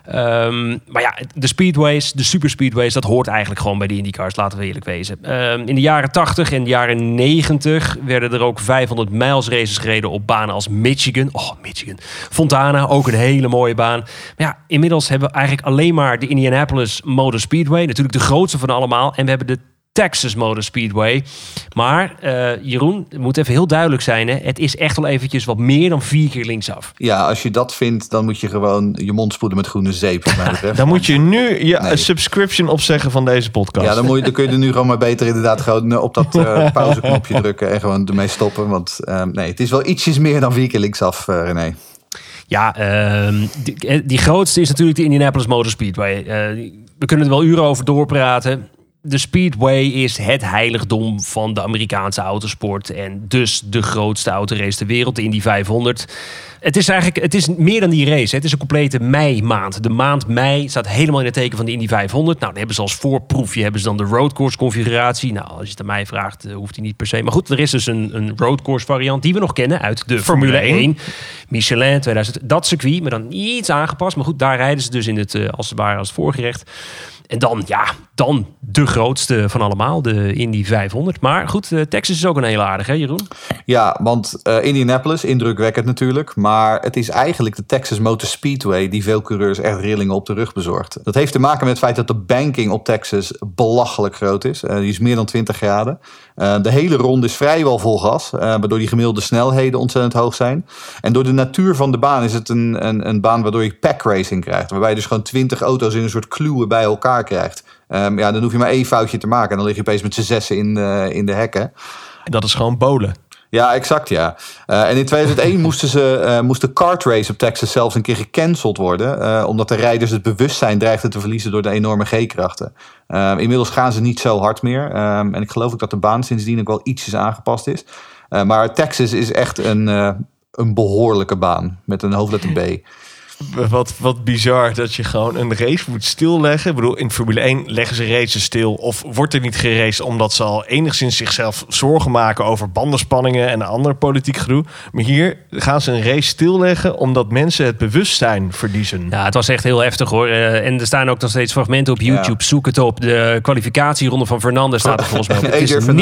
Maar ja, de super speedways, dat hoort eigenlijk gewoon bij de IndyCars, laten we eerlijk wezen. In de jaren 80 en de jaren 90 werden er ook 500 miles races gereden op banen als Michigan. Oh, Michigan. Fontana, ook een hele mooie baan. Maar ja, inmiddels hebben we eigenlijk alleen maar de Indianapolis Motor Speedway. Natuurlijk de grootste van allemaal. En we hebben de Texas Motor Speedway. Maar Jeroen, het moet even heel duidelijk zijn. Hè? Het is echt wel eventjes wat meer dan 4 keer linksaf. Ja, als je dat vindt, dan moet je gewoon je mond spoelen met groene zeep. Wat mij betreft. Dan moet je nu je subscription opzeggen van deze podcast. Ja, dan kun je er nu gewoon maar beter inderdaad gewoon op dat pauzeknopje drukken en gewoon ermee stoppen. Want nee, het is wel ietsjes meer dan 4 keer linksaf, René. Ja, die grootste is natuurlijk de Indianapolis Motor Speedway. We kunnen er wel uren over doorpraten. De Speedway is het heiligdom van de Amerikaanse autosport. En dus de grootste autorace ter wereld, de Indy 500. Het is meer dan die race. Hè. Het is een complete meimaand. De maand mei staat helemaal in het teken van de Indy 500. Nou, dan hebben ze als voorproefje dan de roadcourse configuratie. Nou, als je het aan mij vraagt, hoeft die niet per se. Maar goed, er is dus een roadcourse variant die we nog kennen uit de Formule 1. Michelin 2000. Dat circuit, maar dan iets aangepast. Maar goed, daar rijden ze dus in het, als het ware, als het voorgerecht. En dan de grootste van allemaal, de Indy 500. Maar goed, Texas is ook een hele aardige, hè Jeroen? Ja, want Indianapolis, indrukwekkend natuurlijk. Maar het is eigenlijk de Texas Motor Speedway die veel coureurs echt rillingen op de rug bezorgt. Dat heeft te maken met het feit dat de banking op Texas belachelijk groot is. Die is meer dan 20 graden. De hele ronde is vrijwel vol gas, waardoor die gemiddelde snelheden ontzettend hoog zijn. En door de natuur van de baan is het een baan waardoor je pack racing krijgt. Waarbij je dus gewoon 20 auto's in een soort kluwen bij elkaar krijgt. Dan hoef je maar één foutje te maken en dan lig je opeens met z'n zessen in de hekken. Dat is gewoon bowlen. Ja, exact, ja. En in 2001 moest de kart race op Texas zelfs een keer gecanceld worden. Omdat de rijders het bewustzijn dreigden te verliezen door de enorme G-krachten. Inmiddels gaan ze niet zo hard meer. En ik geloof ook dat de baan sindsdien ook wel ietsjes aangepast is. Maar Texas is echt een behoorlijke baan met een hoofdletter B. Wat bizar dat je gewoon een race moet stilleggen. Ik bedoel, in Formule 1 leggen ze races stil. Of wordt er niet geraced omdat ze al enigszins zichzelf zorgen maken over bandenspanningen en ander politiek gedoe. Maar hier gaan ze een race stilleggen omdat mensen het bewustzijn verliezen. Ja, het was echt heel heftig hoor. En er staan ook nog steeds fragmenten op YouTube. Ja. Zoek het op. De kwalificatieronde van Fernandez staat er volgens mij op. Het is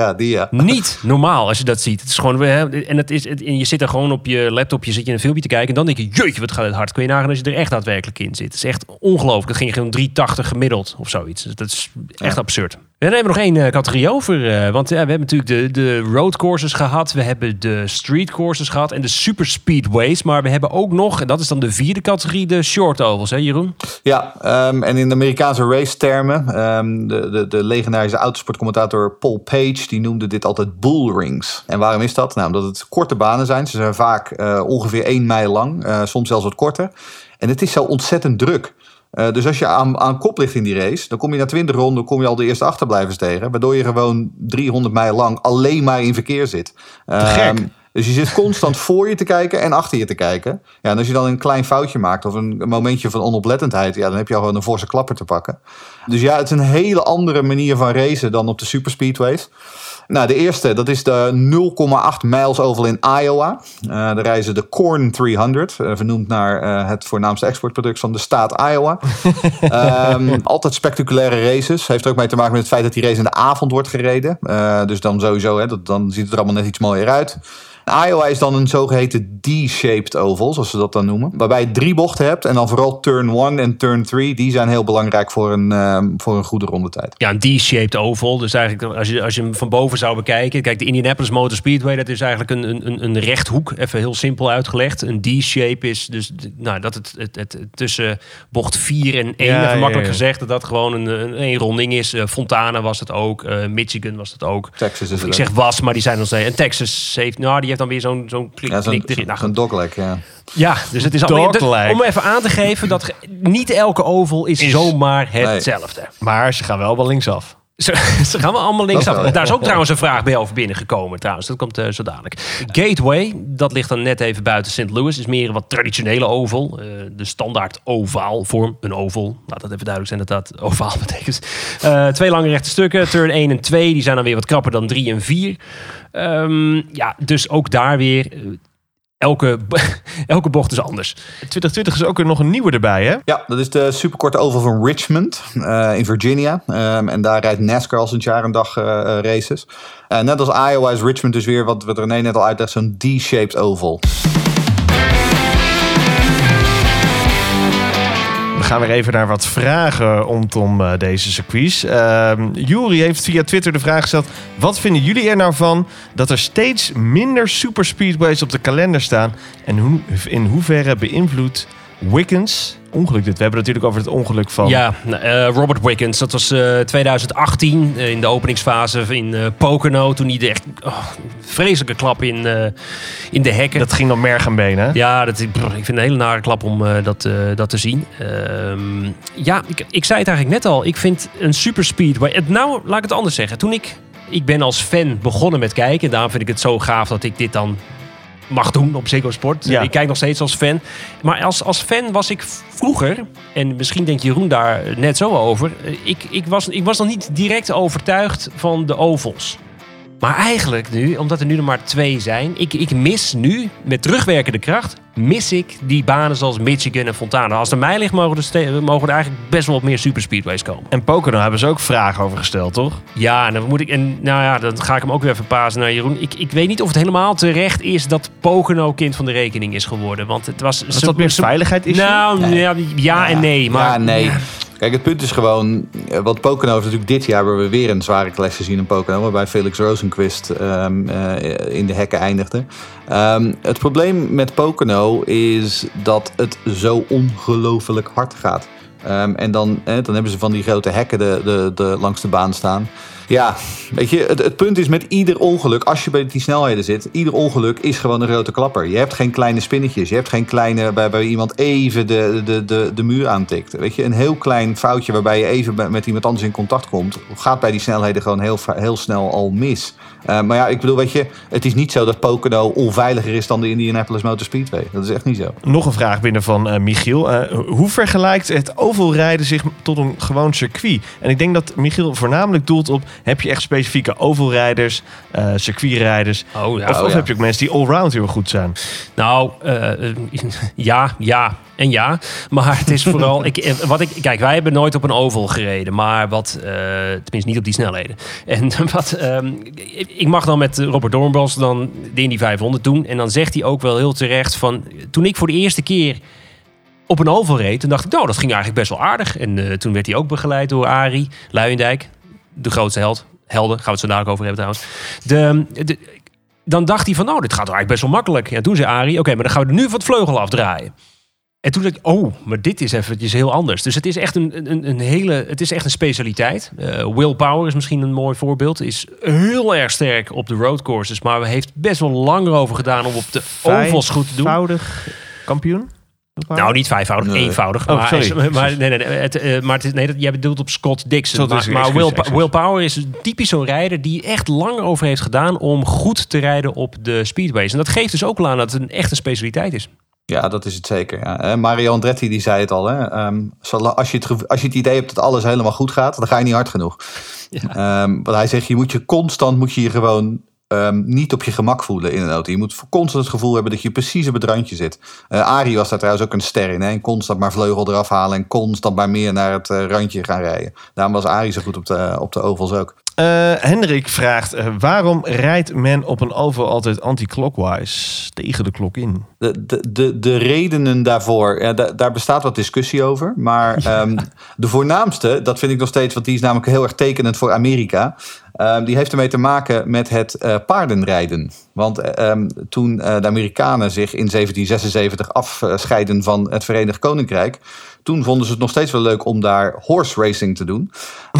niet normaal als je dat ziet. Het is gewoon, en je zit er gewoon op je laptopje, zit je een filmpje te kijken en dan denk je, jeetje, wat gaat het hard. Kun je nagaan als je er echt daadwerkelijk in zit. Het is echt ongelooflijk. Dat ging gewoon 380 gemiddeld of zoiets. Dat is echt absurd. En dan hebben we nog één categorie over. Want we hebben natuurlijk de road courses gehad. We hebben de street courses gehad. En de super speedways. Maar we hebben ook nog, en dat is dan de vierde categorie, de short ovals. Hè Jeroen? Ja, en in de Amerikaanse race termen. De legendarische autosportcommentator Paul Page, die noemde dit altijd bull rings. En waarom is dat? Nou, omdat het korte banen zijn. Ze zijn vaak ongeveer 1 mijl lang. Soms zelfs wat korter. En het is zo ontzettend druk. Dus als je aan kop ligt in die race, dan kom je na 20 ronden kom je al de eerste achterblijvers tegen. Waardoor je gewoon 300 mijl lang alleen maar in verkeer zit. Gek. Dus je zit constant voor je te kijken en achter je te kijken. Ja, en als je dan een klein foutje maakt of een momentje van onoplettendheid, ja, dan heb je al gewoon een forse klapper te pakken. Dus ja, het is een hele andere manier van racen dan op de superspeedways. Nou, de eerste, dat is de 0,8 miles oval in Iowa. Daar rijden ze de Corn 300, vernoemd naar het voornaamste exportproduct van de staat Iowa. Altijd spectaculaire races. Heeft er ook mee te maken met het feit dat die race in de avond wordt gereden. Dus dan sowieso, dan ziet het er allemaal net iets mooier uit. Iowa is dan een zogeheten D-shaped oval, zoals ze dat dan noemen. Waarbij je 3 bochten hebt en dan vooral turn 1 en turn 3. Die zijn heel belangrijk voor een goede rondetijd. Ja, een D-shaped oval. Dus eigenlijk als je hem van boven zou bekijken. Kijk, de Indianapolis Motor Speedway, dat is eigenlijk een rechthoek. Even heel simpel uitgelegd. Een D-shape is dus dat het tussen bocht 4 en 1, even makkelijk gezegd, dat gewoon een ronding is. Fontana was het ook. Michigan was het ook. Texas is het. Ik zeg was, maar die zijn nog steeds. En Texas heeft, die heeft dan weer zo'n klik erin. Zo'n dogleg, ja. Ja, dus het is om even aan te geven dat niet elke oval is zomaar hetzelfde. Nee. Maar ze gaan wel linksaf. Ze gaan wel allemaal linksaf. Daar is ook trouwens een vraag bij over binnengekomen. Trouwens, dat komt zo dadelijk. Gateway, dat ligt dan net even buiten St. Louis. Is meer een wat traditionele oval. De standaard ovaalvorm. Een oval. Laat dat even duidelijk zijn dat dat ovaal betekent. 2 lange rechte stukken. Turn 1 en 2. Die zijn dan weer wat krapper dan 3 en 4. Dus ook daar weer. Elke bocht is anders. 2020 is ook nog een nieuwe erbij, hè? Ja, dat is de superkorte oval van Richmond in Virginia. En daar rijdt NASCAR al sinds jaar en dag races. Net als Iowa is Richmond dus weer, wat René net al uitlegt, zo'n D-shaped oval. We gaan weer even naar wat vragen rondom deze circuits. Juri heeft via Twitter de vraag gesteld: wat vinden jullie er nou van dat er steeds minder superspeedways op de kalender staan? En in hoeverre beïnvloedt Wiggins ongeluk dit. We hebben het natuurlijk over het ongeluk van... Ja, Robert Wickens. Dat was 2018 in de openingsfase in Pocono. Toen hij echt vreselijke klap in de hekken. Dat ging dan merg en been, hè? Ja, ik vind het een hele nare klap om dat te zien. Ik zei het eigenlijk net al. Ik vind een superspeedway... Nou, laat ik het anders zeggen. Toen ik ben als fan begonnen met kijken. En daarom vind ik het zo gaaf dat ik dit dan mag doen op Ziggo Sport. Ja. Ik kijk nog steeds als fan. Maar als fan was ik vroeger... En misschien denkt Jeroen daar net zo over. Ik was nog niet direct overtuigd van de ovals. Maar eigenlijk nu, omdat er nu nog maar 2 zijn... Ik mis nu, met terugwerkende kracht... mis ik die banen zoals Michigan en Fontana. Als het aan mij ligt, mogen er eigenlijk best wel wat meer superspeedways komen. En Pocono hebben ze ook vragen over gesteld, toch? Ja, en dan ga ik hem ook weer verpazen naar Jeroen. Ik weet niet of het helemaal terecht is dat Pocono kind van de rekening is geworden. Want het was... Dat dat meer veiligheid is? Nou, ja en nee. Maar, ja, nee. Kijk, het punt is gewoon... Want Pocono heeft natuurlijk dit jaar... waar we weer een zware clash gezien in Pocono... waarbij Felix Rosenqvist in de hekken eindigde. Het probleem met Pocono is dat het zo ongelooflijk hard gaat. En dan hebben ze van die grote hekken langs de baan staan. Ja, weet je, het punt is met ieder ongeluk, als je bij die snelheden zit, ieder ongeluk is gewoon een grote klapper. Je hebt geen kleine spinnetjes. Je hebt geen kleine, waarbij iemand even de muur aantikt. Weet je, een heel klein foutje waarbij je even met iemand anders in contact komt, gaat bij die snelheden gewoon heel snel al mis. Maar ja, ik bedoel, weet je, het is niet zo dat Pocono onveiliger is dan de Indianapolis Motor Speedway. Dat is echt niet zo. Nog een vraag binnen van Michiel. Hoe vergelijkt het ovalrijden zich tot een gewoon circuit? En ik denk dat Michiel voornamelijk doelt op... heb je echt specifieke ovalrijders, circuitrijders? Of heb je ook mensen die allround heel goed zijn? Nou, ja. En ja, maar het is vooral... Kijk, wij hebben nooit op een oval gereden. Maar tenminste niet op die snelheden. En ik mag dan met Robert Doornbos dan de Indy 500 doen. En dan zegt hij ook wel heel terecht van... Toen ik voor de eerste keer op een oval reed... Toen dacht ik, dat ging eigenlijk best wel aardig. En toen werd hij ook begeleid door Arie Luijendijk. De grootste helden. Gaan we het zo dadelijk over hebben trouwens. Dan dacht hij van, dit gaat eigenlijk best wel makkelijk. En toen zei Arie, oké, maar dan gaan we er nu van het vleugel afdraaien. En toen dacht ik, maar dit is eventjes heel anders. Dus het is echt het is echt een specialiteit. Will Power is misschien een mooi voorbeeld. Is heel erg sterk op de roadcourses. Maar we heeft best wel langer over gedaan om op de ovals goed te doen. Vijfvoudig kampioen? Nou, niet 5-voudig, eenvoudig. Jij bedoelt op Scott Dixon. Maar Will Power is typisch zo'n rijder die echt lang over heeft gedaan om goed te rijden op de speedways. En dat geeft dus ook al aan dat het een echte specialiteit is. Ja, dat is het zeker. Ja. Mario Andretti die zei het al. Hè? Als je het idee hebt dat alles helemaal goed gaat, dan ga je niet hard genoeg. Ja. Want hij zegt, moet je gewoon niet op je gemak voelen in een auto. Je moet constant het gevoel hebben dat je precies op het randje zit. Arie was daar trouwens ook een ster in. Hè? En constant maar vleugel eraf halen en constant maar meer naar het randje gaan rijden. Daarom was Arie zo goed op de ovals ook. Hendrik vraagt, waarom rijdt men op een oval altijd anti-clockwise, tegen de klok in? De redenen daarvoor, daar bestaat wat discussie over. Maar de voornaamste, dat vind ik nog steeds, want die is namelijk heel erg tekenend voor Amerika. Die heeft ermee te maken met het paardenrijden. Want toen de Amerikanen zich in 1776 afscheiden van het Verenigd Koninkrijk, toen vonden ze het nog steeds wel leuk om daar horse racing te doen.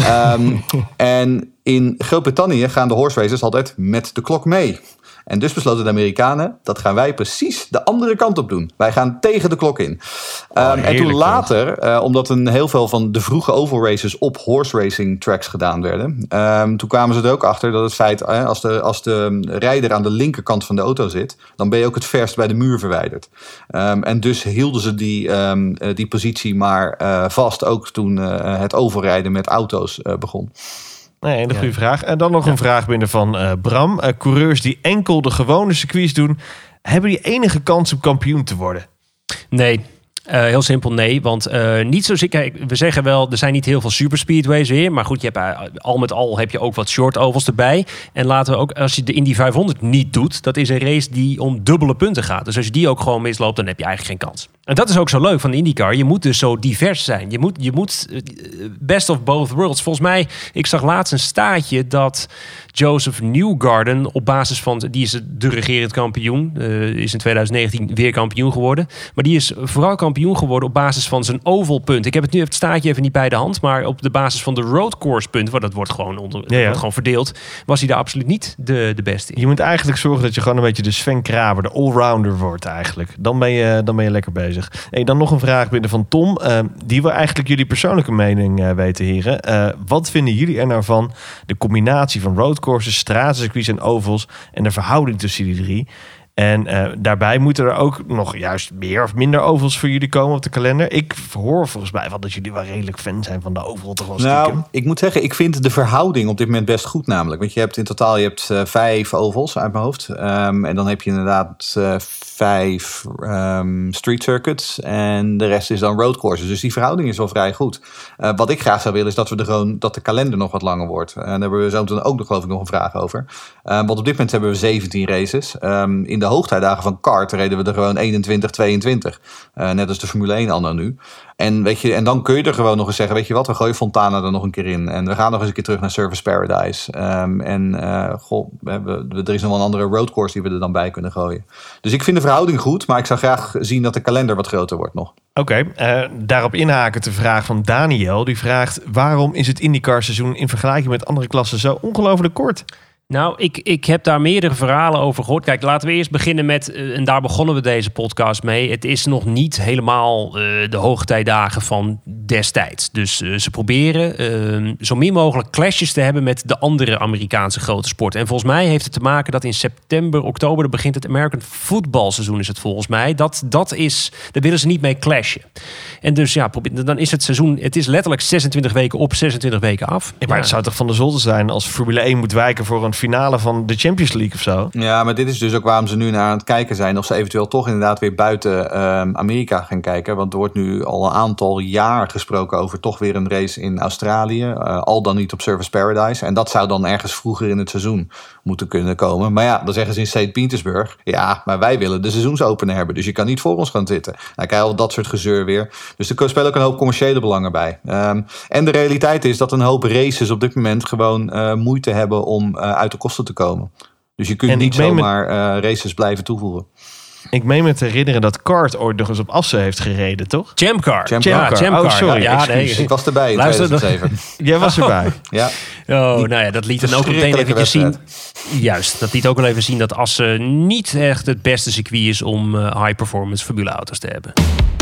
En in Groot-Brittannië gaan de horse racers altijd met de klok mee. En dus besloten de Amerikanen, dat gaan wij precies de andere kant op doen. Wij gaan tegen de klok in. En toen later, omdat heel veel van de vroege oval races op horse racing tracks gedaan werden, toen kwamen ze er ook achter dat het feit, als de rijder aan de linkerkant van de auto zit, dan ben je ook het verst bij de muur verwijderd. En dus hielden ze die positie maar vast, ook toen het overrijden met auto's begon. Nee, een goede vraag. En dan nog een vraag binnen van Bram. Coureurs die enkel de gewone circuits doen, hebben die enige kans om kampioen te worden? Nee. Heel simpel nee, want niet zo. Kijk, we zeggen wel, er zijn niet heel veel superspeedways weer, maar goed, je hebt al met al heb je ook wat short ovals erbij. En laten we ook, als je de Indy 500 niet doet, dat is een race die om dubbele punten gaat. Dus als je die ook gewoon misloopt, dan heb je eigenlijk geen kans. En dat is ook zo leuk van de IndyCar. Je moet dus zo divers zijn. Je moet best of both worlds. Volgens mij, ik zag laatst een staatje dat Joseph Newgarden op basis van, die is de regerend kampioen, is in 2019 weer kampioen geworden, maar die is vooral kampioen kampioen geworden op basis van zijn ovalpunt. Ik heb het staartje even niet bij de hand, maar op de basis van de roadcourse punt, want dat wordt gewoon, wordt gewoon verdeeld, was hij daar absoluut niet de beste in. Je moet eigenlijk zorgen dat je gewoon een beetje de Sven Kramer, de allrounder wordt eigenlijk. Dan ben je lekker bezig. Hey, dan nog een vraag binnen van Tom. Die wil eigenlijk jullie persoonlijke mening weten, heren. Wat vinden jullie er nou van de combinatie van roadcourses, stratencircuits en ovals en de verhouding tussen die drie? En daarbij moeten er ook nog juist meer of minder ovals voor jullie komen op de kalender. Ik hoor volgens mij wel dat jullie wel redelijk fan zijn van de oval. Toch wel stiekem. Nou, ik moet zeggen, ik vind de verhouding op dit moment best goed namelijk. Want je hebt in totaal 5 ovals uit mijn hoofd. En dan heb je inderdaad 5 street circuits. En de rest is dan roadcourses. Dus die verhouding is wel vrij goed. Wat ik graag zou willen is dat de kalender nog wat langer wordt. En daar hebben we zo meteen ook nog, geloof ik, nog een vraag over. Want op dit moment hebben we 17 races. In de hoogtijdagen van kart reden we er gewoon 21, 22. Net als de Formule 1 anno nu. En, en dan kun je er gewoon nog eens zeggen, weet je wat, we gooien Fontana er nog een keer in. En we gaan nog eens een keer terug naar Surface Paradise. Er is nog wel een andere roadcourse die we er dan bij kunnen gooien. Dus ik vind de verhouding goed, maar ik zou graag zien dat de kalender wat groter wordt nog. Oké, daarop inhaken de vraag van Daniel. Die vraagt, waarom is het IndyCar seizoen in vergelijking met andere klassen zo ongelooflijk kort? Nou, ik heb daar meerdere verhalen over gehoord. Kijk, laten we eerst beginnen met, en daar begonnen we deze podcast mee. Het is nog niet helemaal de hoogtijdagen van destijds. Dus ze proberen zo min mogelijk clashes te hebben met de andere Amerikaanse grote sporten. En volgens mij heeft het te maken dat in september, oktober, dan begint het American Football seizoen, is het volgens mij. Dat is, daar willen ze niet mee clashen. En dus ja, dan is het seizoen, het is letterlijk 26 weken op, 26 weken af. Ja, maar het zou toch van de zotte zijn als Formule 1 moet wijken voor een finale van de Champions League of zo? Ja, maar dit is dus ook waarom ze nu naar aan het kijken zijn. Of ze eventueel toch inderdaad weer buiten Amerika gaan kijken. Want er wordt nu al een aantal jaar gesproken over toch weer een race in Australië. Al dan niet op Surface Paradise. En dat zou dan ergens vroeger in het seizoen moeten kunnen komen. Maar ja, dan zeggen ze in St. Petersburg, ja, maar wij willen de seizoensopener hebben. Dus je kan niet voor ons gaan zitten. Nou, krijg je al dat soort gezeur weer. Dus er spelen ook een hoop commerciële belangen bij. En de realiteit is dat een hoop races op dit moment gewoon moeite hebben om uit de kosten te komen. Dus je kunt niet zomaar races blijven toevoegen. Ik meen me te herinneren dat Kart ooit nog eens op Assen heeft gereden, toch? Champcar. Oh, sorry. Ja, nee. Ik was erbij in 2007. Jij was erbij. Ja. Oh, nou ja, dat liet dan ook meteen even zien. Juist, dat liet ook wel even zien dat Assen niet echt het beste circuit is om high-performance formuleauto's te hebben.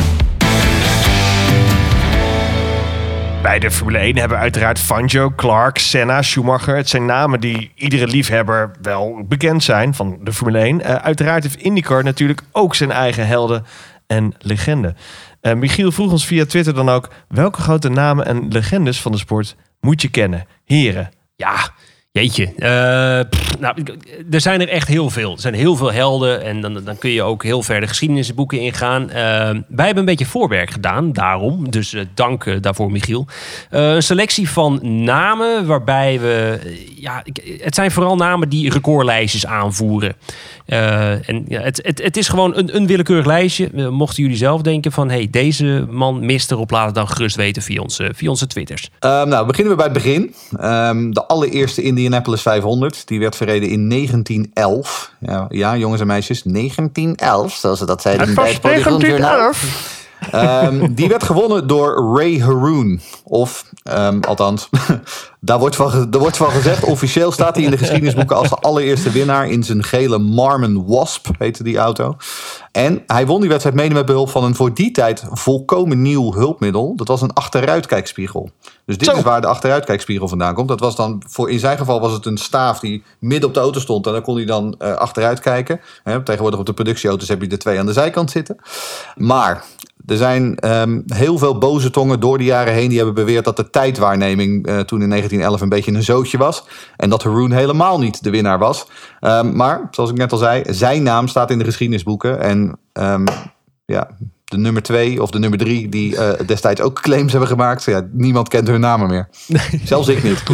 Bij de Formule 1 hebben we uiteraard Fangio, Clark, Senna, Schumacher. Het zijn namen die iedere liefhebber wel bekend zijn van de Formule 1. Uiteraard heeft IndyCar natuurlijk ook zijn eigen helden en legenden. Michiel vroeg ons via Twitter dan ook, welke grote namen en legendes van de sport moet je kennen? Heren. Ja, jeetje. Er zijn er echt heel veel. Er zijn heel veel helden en dan kun je ook heel ver de geschiedenisboeken ingaan. Wij hebben een beetje voorwerk gedaan, daarom. Dus dank daarvoor, Michiel. Een selectie van namen waarbij we... het zijn vooral namen die recordlijstjes aanvoeren. Het is gewoon een willekeurig lijstje. Mochten jullie zelf denken van, hey, deze man mist erop, laat het dan gerust weten via onze Twitters. Beginnen we bij het begin. De allereerste Indianapolis 500, die werd verreden in 1911. Ja, jongens en meisjes, 1911, zoals ze dat zeiden. Het was 1911. Die werd gewonnen door Ray Haroon. Of, althans, daar wordt van gezegd. Officieel staat hij in de geschiedenisboeken als de allereerste winnaar in zijn gele Marmon Wasp, heette die auto. En hij won die wedstrijd mede met behulp van een voor die tijd volkomen nieuw hulpmiddel. Dat was een achteruitkijkspiegel. Dus dit is waar de achteruitkijkspiegel vandaan komt. Dat was dan, in zijn geval was het een staaf die midden op de auto stond. En dan kon hij dan achteruit kijken. Tegenwoordig op de productieauto's heb je er 2 aan de zijkant zitten. Maar er zijn heel veel boze tongen door de jaren heen die hebben beweerd dat de tijdwaarneming toen in 1911 een beetje een zootje was. En dat Haroon helemaal niet de winnaar was. Maar, zoals ik net al zei, zijn naam staat in de geschiedenisboeken. En de nummer 2 of de nummer 3 die destijds ook claims hebben gemaakt. Ja, niemand kent hun namen meer. Nee. Zelfs ik niet.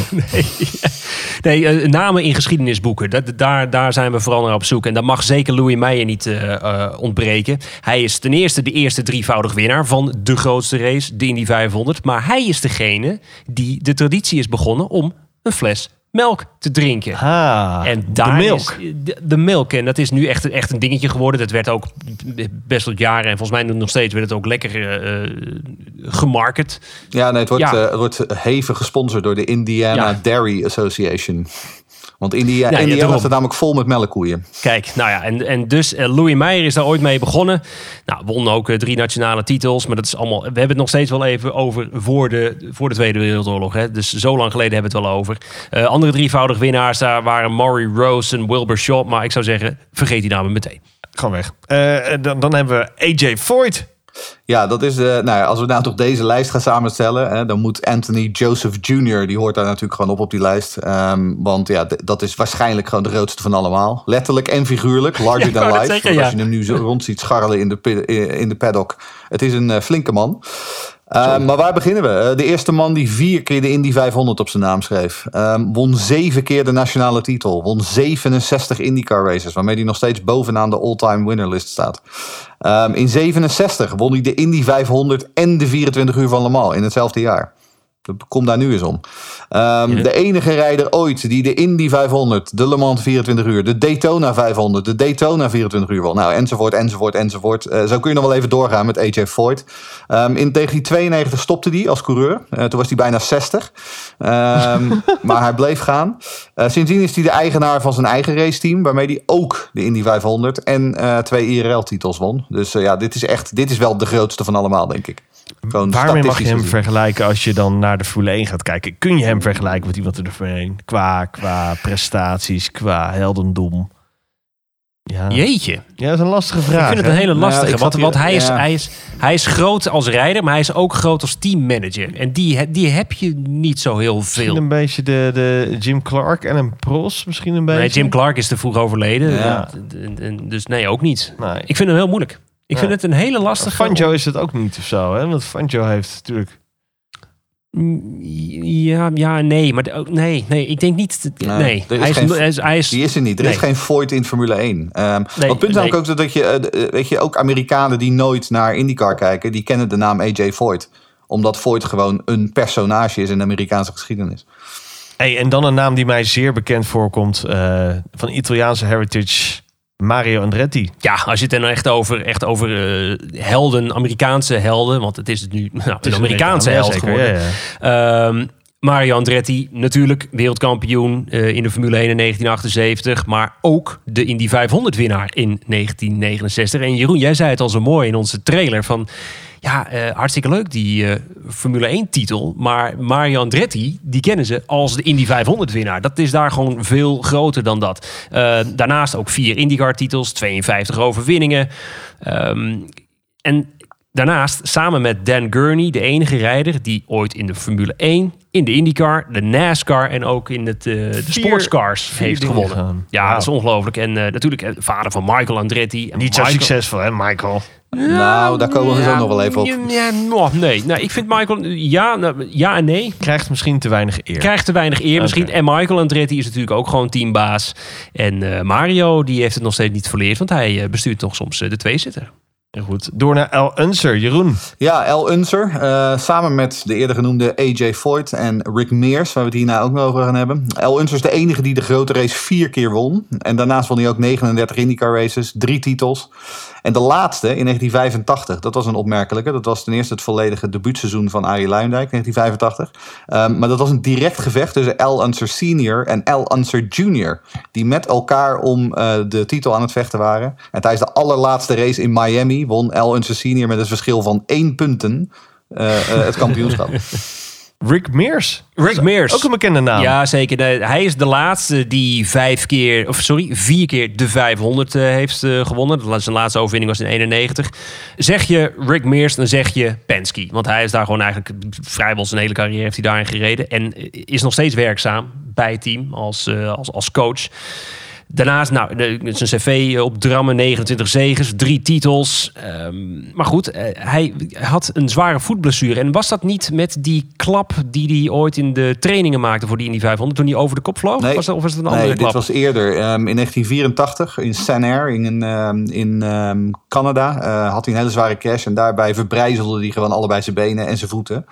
Nee, namen in geschiedenisboeken. Daar zijn we vooral naar op zoek. En dat mag zeker Louis Meijer niet ontbreken. Hij is ten eerste de eerste drievoudig winnaar van de grootste race, de Indy 500. Maar hij is degene die de traditie is begonnen om een fles melk te drinken. En daar de milk. is de milk. En dat is nu echt een dingetje geworden. Dat werd ook best wat jaren. En volgens mij nog steeds werd het ook lekker gemarket. Ja, nee, het wordt hevig gesponsord door de Indiana Dairy Association. Want Indiana staat namelijk vol met melkkoeien. Kijk, nou ja, en dus Louis Meijer is daar ooit mee begonnen. Nou, won ook 3 nationale titels. Maar dat is allemaal. We hebben het nog steeds wel even over voor de Tweede Wereldoorlog. Hè? Dus zo lang geleden hebben we het wel over. Andere 3-voudig winnaars daar waren Maury Rose en Wilbur Shaw. Maar ik zou zeggen, vergeet die namen meteen. Gewoon weg. Dan hebben we AJ Foyt. Ja, dat is als we nou toch deze lijst gaan samenstellen, dan moet Anthony Joseph Jr., die hoort daar natuurlijk gewoon op die lijst. Want ja, dat is waarschijnlijk gewoon de grootste van allemaal. Letterlijk en figuurlijk, larger than life. Zeggen, als je hem nu zo rond ziet scharrelen in de paddock. Het is een flinke man. Maar waar beginnen we? De eerste man die 4 keer de Indy 500 op zijn naam schreef. Won 7 keer de nationale titel. Won 67 IndyCar races, waarmee hij nog steeds bovenaan de all-time winnerlist staat. In 67 won hij de Indy 500 en de 24 uur van Le Mans in hetzelfde jaar. Kom daar nu eens om. De enige rijder ooit die de Indy 500, de Le Mans 24 uur, de Daytona 500, de Daytona 24 uur won. Nou, enzovoort. Zo kun je nog wel even doorgaan met AJ Foyt. In 1992 stopte hij als coureur. Toen was hij bijna 60. Maar hij bleef gaan. Sindsdien is hij de eigenaar van zijn eigen raceteam, waarmee hij ook de Indy 500 en 2 IRL-titels won. Dus dit is wel de grootste van allemaal, denk ik. Waarmee mag je hem vergelijken als je dan naar de Formule 1 gaat kijken? Kun je hem vergelijken met iemand in de Formule 1? Qua prestaties, qua heldendom? Ja. Jeetje. Ja, dat is een lastige vraag. Ik vind het een hele lastige. Want hij is groot als rijder, maar hij is ook groot als teammanager. En die heb je niet zo heel veel. Misschien een beetje de Jim Clark en een Prost misschien een beetje. Nee, Jim Clark is te vroeg overleden. Ja. Dus nee, ook niet. Nee. Ik vind hem heel moeilijk. Ik vind het een hele lastige... Fangio is het ook niet of zo, hè? Want Fangio heeft natuurlijk... Ja, nee. Maar nee, ik denk niet... Nee. Die is er niet. Er is geen Foyt in Formule 1. Het punt is ook dat je ook Amerikanen die nooit naar IndyCar kijken, die kennen de naam AJ Foyt. Omdat Foyt gewoon een personage is in de Amerikaanse geschiedenis. Hey, en dan een naam die mij zeer bekend voorkomt van Italiaanse heritage... Mario Andretti. Ja, als je het dan echt over helden, Amerikaanse helden, want het is het nu een Amerikaanse held geworden. Ja. Mario Andretti, natuurlijk wereldkampioen in de Formule 1 in 1978, maar ook de Indy 500 winnaar in 1969. En Jeroen, jij zei het al zo mooi in onze trailer van... Ja, hartstikke leuk die Formule 1 titel. Maar Mario Andretti, die kennen ze als de Indy 500 winnaar. Dat is daar gewoon veel groter dan dat. Daarnaast ook 4 IndyCar titels, 52 overwinningen. En daarnaast samen met Dan Gurney, de enige rijder die ooit in de Formule 1, in de IndyCar, de NASCAR en ook in de sportscars heeft gewonnen. Ja, dat is ongelooflijk. En natuurlijk vader van Michael Andretti. Niet zo succesvol, hè, Michael? Nou, daar komen we zo nog wel even op. Nee. Nou, ik vind Michael... Ja en nee. Krijgt misschien te weinig eer. Krijgt te weinig eer misschien. En Michael Andretti is natuurlijk ook gewoon teambaas. En Mario, die heeft het nog steeds niet verleerd. Want hij bestuurt nog soms de tweezitter. Goed, door naar Al Unser. Jeroen. Ja, Al Unser. Samen met de eerder genoemde AJ Foyt en Rick Mears, waar we het hierna ook nog over gaan hebben. Al Unser is de enige die de grote race 4 keer won. En daarnaast won hij ook 39 IndyCar races, 3 titels. En de laatste in 1985, dat was een opmerkelijke. Dat was ten eerste het volledige debuutseizoen van Arie Luijendijk, 1985. Maar dat was een direct gevecht tussen Al Unser Sr. en Al Unser Jr. Die met elkaar om de titel aan het vechten waren. En tijdens de allerlaatste race in Miami won Al Unser Sr. met een verschil van 1 punten het kampioenschap. Rick Mears. Ook een bekende naam. Ja, zeker. Hij is de laatste die 4 keer de 500 heeft gewonnen. Zijn laatste overwinning was in 91. Zeg je Rick Mears, dan zeg je Penske. Want hij is daar gewoon eigenlijk vrijwel zijn hele carrière heeft hij daarin gereden. En is nog steeds werkzaam bij het team als coach. Daarnaast, zijn cv op drammen, 29 zeges, 3 titels. Maar goed, hij had een zware voetblessure. En was dat niet met die klap die hij ooit in de trainingen maakte voor die Indy 500... toen hij over de kop vloog? Nee, of was het een andere klap? Dit was eerder. In 1984 in Sanair in Canada had hij een hele zware crash. En daarbij verbrijzelde hij gewoon allebei zijn benen en zijn voeten.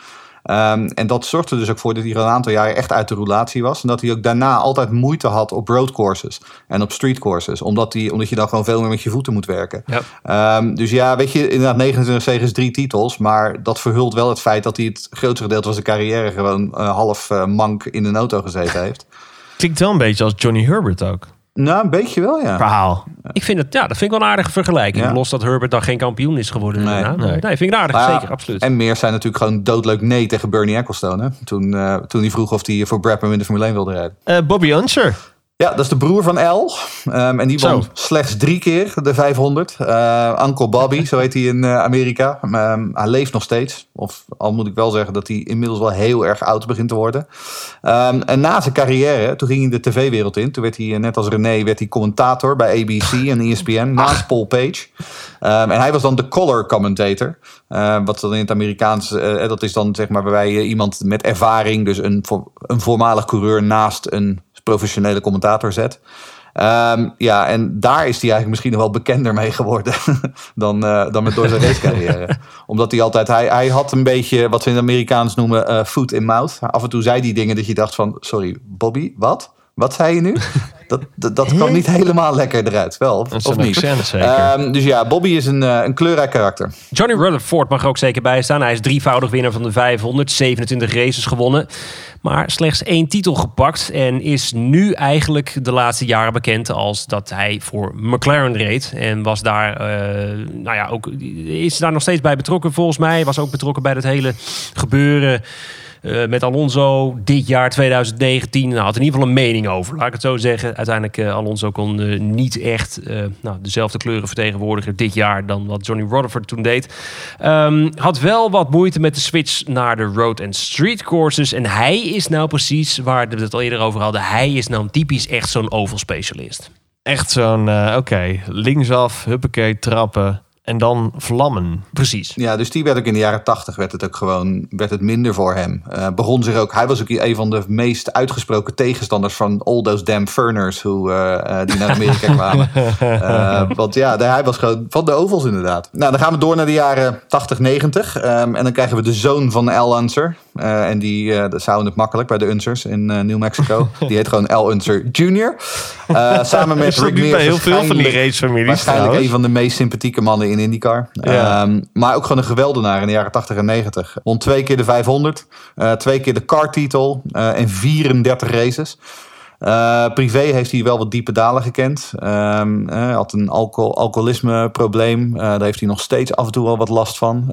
En dat zorgde dus ook voor dat hij er een aantal jaren echt uit de roulatie was. En dat hij ook daarna altijd moeite had op roadcourses en op streetcourses. Omdat je dan gewoon veel meer met je voeten moet werken. Ja. Dus ja, weet je, inderdaad 29 zegens, 3 titels. Maar dat verhult wel het feit dat hij het grootste gedeelte van zijn carrière gewoon half mank in een auto gezeten heeft. Klinkt wel een beetje als Johnny Herbert ook. Nou, een beetje wel, ja. Verhaal. Ik vind dat vind ik wel een aardige vergelijking. Ja. Los dat Herbert dan geen kampioen is geworden. Nee, vind ik aardig, Maar, zeker, absoluut. En meer zijn natuurlijk gewoon doodleuk nee tegen Bernie Ecclestone. Hè? Toen hij vroeg of hij voor Brabham in de Formule 1 wilde rijden. Bobby Unser. Ja, dat is de broer van Al. En die won slechts 3 keer de 500. Uncle Bobby, zo heet hij in Amerika. Hij leeft nog steeds. Of al moet ik wel zeggen dat hij inmiddels wel heel erg oud begint te worden. En na zijn carrière, toen ging hij de tv-wereld in. Toen werd hij, net als René, werd hij commentator bij ABC en ESPN. Naast Paul Page. En hij was dan de color commentator. Wat dan in het Amerikaans, dat is dan zeg maar waarbij je iemand met ervaring, dus een voormalig coureur naast een professionele commentator zet. En daar is hij eigenlijk misschien nog wel bekender mee geworden dan met door zijn racecarrière. Omdat hij altijd, hij had een beetje wat ze in het Amerikaans noemen foot in mouth. Af en toe zei hij dingen dat je dacht van, sorry Bobby, wat? Wat zei je nu? Dat kwam niet helemaal lekker eruit, wel? Of niet? Dus ja, Bobby is een kleurrijk karakter. Johnny Rutherford mag er ook zeker bij staan. Hij is 3-voudig winnaar van de 500, 27 races gewonnen. Maar slechts 1 titel gepakt. En is nu eigenlijk de laatste jaren bekend als dat hij voor McLaren reed. En was daar, is daar nog steeds bij betrokken volgens mij. Was ook betrokken bij dat hele gebeuren met Alonso dit jaar 2019. Nou, had in ieder geval een mening over, laat ik het zo zeggen. Uiteindelijk, Alonso kon niet echt dezelfde kleuren vertegenwoordigen dit jaar dan wat Johnny Rutherford toen deed. Had wel wat moeite met de switch naar de road en street courses. En hij is nou precies, waar we het al eerder over hadden, hij is nou typisch echt zo'n oval specialist. Echt zo'n, linksaf, huppakee, trappen. En dan vlammen. Precies. Ja, dus die werd ook in de jaren 80 werd het minder voor hem. Hij was ook een van de meest uitgesproken tegenstanders van all those damn Furners die naar Amerika kwamen. Want ja, hij was gewoon van de ovals inderdaad. Nou, dan gaan we door naar de jaren 80, 90. En dan krijgen we de zoon van Al Unser. En dat houden het makkelijk bij de Unsers in New Mexico. Die heet gewoon Al Unser Jr. Samen met Rick Mears. Heel veel van die racefamilies. Waarschijnlijk een van de meest sympathieke mannen in IndyCar. Ja. Maar ook gewoon een geweldenaar in de jaren 80 en 90. Won 2 keer de 500. 2 keer de car-titel. En 34 races. Privé heeft hij wel wat diepe dalen gekend. Had een alcoholisme-probleem. Daar heeft hij nog steeds af en toe wel wat last van.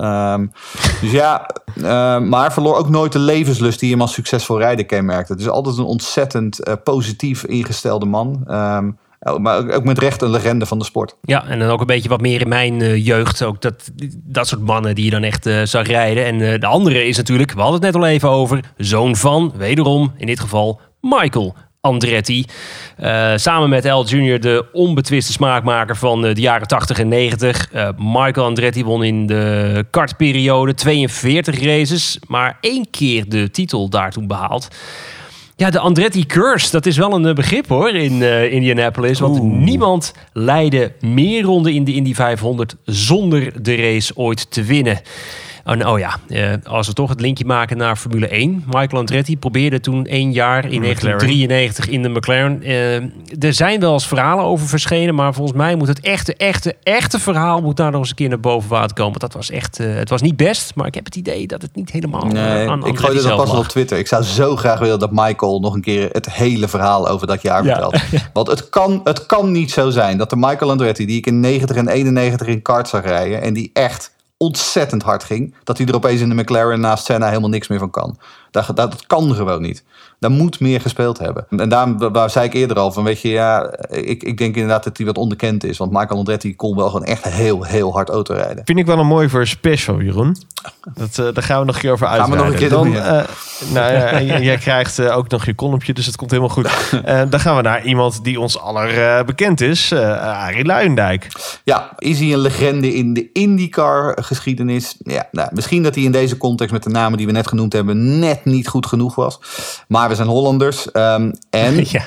Maar verloor ook nooit de levenslust die hem als succesvol rijder kenmerkte. Het is altijd een ontzettend positief ingestelde man. Maar ook met recht een legende van de sport. Ja, en dan ook een beetje wat meer in mijn jeugd. Ook dat soort mannen die je dan echt zag rijden. En de andere is natuurlijk, we hadden het net al even over, zoon van, wederom, in dit geval, Michael Andretti. Samen met Al Jr. de onbetwiste smaakmaker van de jaren 80 en 90. Michael Andretti won in de kartperiode 42 races. Maar 1 keer de titel daar toen behaald. Ja, de Andretti Curse, dat is wel een begrip hoor in Indianapolis. Want niemand leidde meer ronden in de Indy 500 zonder de race ooit te winnen. Als we toch het linkje maken naar Formule 1. Michael Andretti probeerde toen 1 jaar in 1993 in de McLaren. Er zijn wel eens verhalen over verschenen. Maar volgens mij moet het echte verhaal moet daar nog eens een keer naar boven water komen. Want dat was echt, het was niet best. Maar ik heb het idee dat het niet helemaal aan ik gooi dat pas op Twitter. Ik zou zo graag willen dat Michael nog een keer het hele verhaal over dat jaar vertelt. Ja. Want het kan niet zo zijn dat de Michael Andretti, die ik in 90 en 91 in kart zag rijden. En die echt ontzettend hard ging, dat hij er opeens in de McLaren naast Senna helemaal niks meer van kan. Dat kan gewoon niet. Daar moet meer gespeeld hebben. En daarom zei ik eerder al van, weet je, ja, ik denk inderdaad dat hij wat onderkend is. Want Michael Andretti kon wel gewoon echt heel, heel hard autorijden. Vind ik wel een mooi voor een special, Jeroen. Daar gaan we nog een keer over uitweiden. Gaan we nog een keer doen, jij krijgt ook nog je kolompje, dus het komt helemaal goed. Dan gaan we naar iemand die ons aller bekend is. Arie Luijendijk. Ja, is hij een legende in de IndyCar geschiedenis? Ja, misschien dat hij in deze context met de namen die we net genoemd hebben net niet goed genoeg was. Maar we zijn Hollanders. En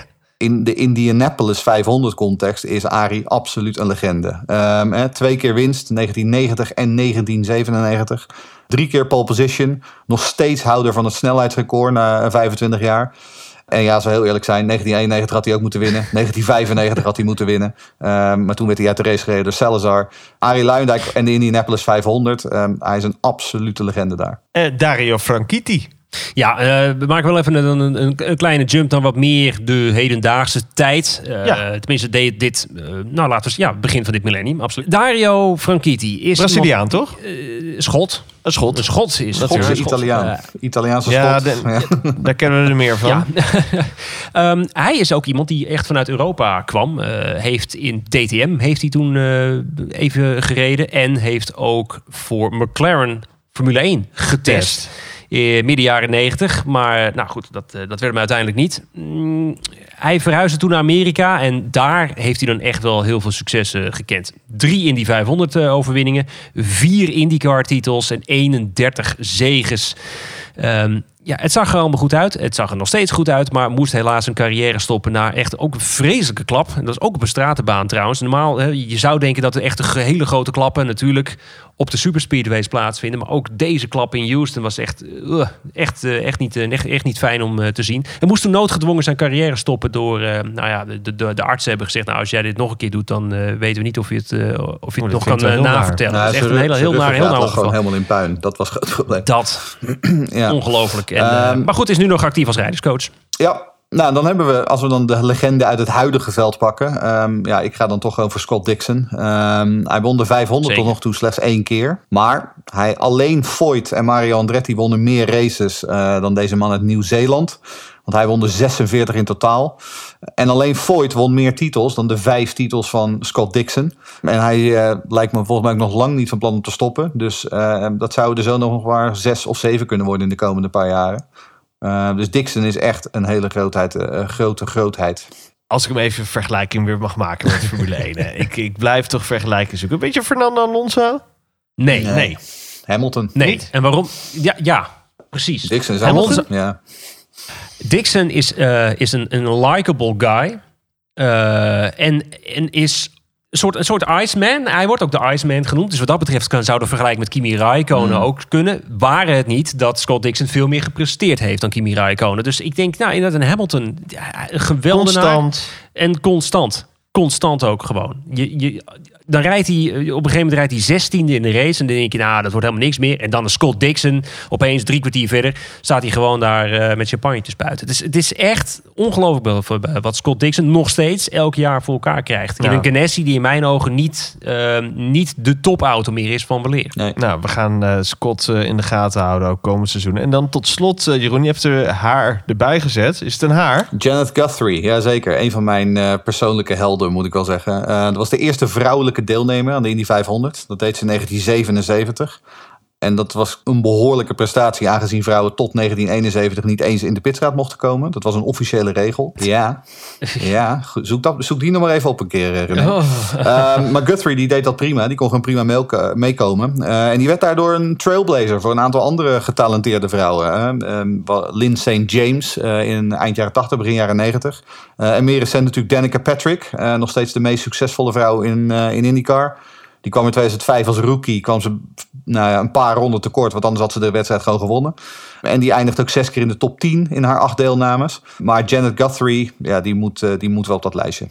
in de Indianapolis 500 context is Arie absoluut een legende. 2 keer winst, 1990 en 1997. 3 keer pole position. Nog steeds houder van het snelheidsrecord na 25 jaar. En ja, als we heel eerlijk zijn, 1991 had hij ook moeten winnen. 1995 had hij moeten winnen. Maar toen werd hij uit de race gereden door Salazar. Arie Luijendijk en de Indianapolis 500. Hij is een absolute legende daar. Dario Franchitti. Ja, we maken wel even een kleine jump dan wat meer de hedendaagse tijd. Tenminste, dit laten we begin van dit millennium, absoluut. Dario Franchitti is Braziliaan, toch? Schot. Een Schot. Een Schot is het. Schotse Italiaan. Italiaanse Ja, Schot. daar kennen we er meer van. Ja. Hij is ook iemand die echt vanuit Europa kwam. Heeft in DTM heeft hij toen even gereden. En heeft ook voor McLaren Formule 1 getest. Midden jaren 90. Maar nou goed, dat werd hem uiteindelijk niet. Hij verhuisde toen naar Amerika. En daar heeft hij dan echt wel heel veel successen gekend. 3 Indy 500 overwinningen. 4 IndyCar titels. En 31 zeges. Het zag er allemaal goed uit. Het zag er nog steeds goed uit. Maar moest helaas een carrière stoppen na echt ook een vreselijke klap. En dat is ook op een stratenbaan trouwens. Normaal, je zou denken dat er echt een hele grote klappen natuurlijk op de superspeedways plaatsvinden. Maar ook deze klap in Houston was echt niet fijn om te zien. Hij moest toen noodgedwongen zijn carrière stoppen door de artsen hebben gezegd, nou, als jij dit nog een keer doet, dan weten we niet of je het nog kan navertellen. Dat is echt een heel naar ongeval. Gewoon helemaal in puin. Dat was het probleem. Dat. Ja. Ongelooflijk. Maar goed, is nu nog actief als rijderscoach. Ja. Nou, dan hebben we, als we dan de legende uit het huidige veld pakken. Ik ga dan toch gewoon voor Scott Dixon. Hij won de 500 tot nog toe slechts 1 keer. Maar alleen Foyt en Mario Andretti wonnen meer races dan deze man uit Nieuw-Zeeland. Want hij won de 46 in totaal. En alleen Foyt won meer titels dan de 5 titels van Scott Dixon. En hij lijkt me volgens mij ook nog lang niet van plan om te stoppen. Dus dat zouden er zo nog maar 6 of 7 kunnen worden in de komende paar jaren. Dus Dixon is echt een hele grote grootheid. Als ik hem even vergelijking weer mag maken met Formule 1. Ik blijf toch vergelijken zoeken. Een beetje Fernando Alonso? Nee. Hamilton? Nee. Niet? En waarom? Ja, precies. Dixon is Hamilton? Ja. Dixon is een likable guy. En is een soort Iceman. Hij wordt ook de Iceman genoemd. Dus wat dat betreft zou de vergelijking met Kimi Räikkönen ook kunnen. Waren het niet dat Scott Dixon veel meer gepresteerd heeft dan Kimi Räikkönen. Dus ik denk, inderdaad een Hamilton. Een geweldenaar. Constant. En constant. Constant ook gewoon. Dan rijdt hij, op een gegeven moment rijdt hij 16e in de race. En dan denk je, dat wordt helemaal niks meer. En dan is Scott Dixon opeens 3 kwartier verder. Staat hij gewoon daar met champagne te spuiten. Het is echt ongelooflijk wat Scott Dixon nog steeds elk jaar voor elkaar krijgt. In een Ganassi die in mijn ogen niet de topauto meer is van weleer. Nee. Nou, we gaan Scott in de gaten houden ook komend seizoen. En dan tot slot, Jeroen, je hebt er haar erbij gezet. Is het een haar? Janet Guthrie, jazeker. Een van mijn persoonlijke helden, moet ik wel zeggen. Dat was de eerste vrouwelijke deelnemer aan de Indy 500. Dat deed ze in 1977. En dat was een behoorlijke prestatie, aangezien vrouwen tot 1971 niet eens in de pitstraat mochten komen. Dat was een officiële regel. Ja. Zoek die nog maar even op een keer, René. Maar Guthrie die deed dat prima. Die kon gewoon prima meekomen. En die werd daardoor een trailblazer voor een aantal andere getalenteerde vrouwen. Lynn St. James in eind jaren 80, begin jaren 90. En meer recent natuurlijk Danica Patrick. Nog steeds de meest succesvolle vrouw in IndyCar. Die kwam in 2005 als rookie. Kwam ze een paar ronden tekort. Want anders had ze de wedstrijd gewoon gewonnen. En die eindigt ook 6 keer in de top 10 in haar 8 deelnames. Maar Janet Guthrie, die moet wel op dat lijstje.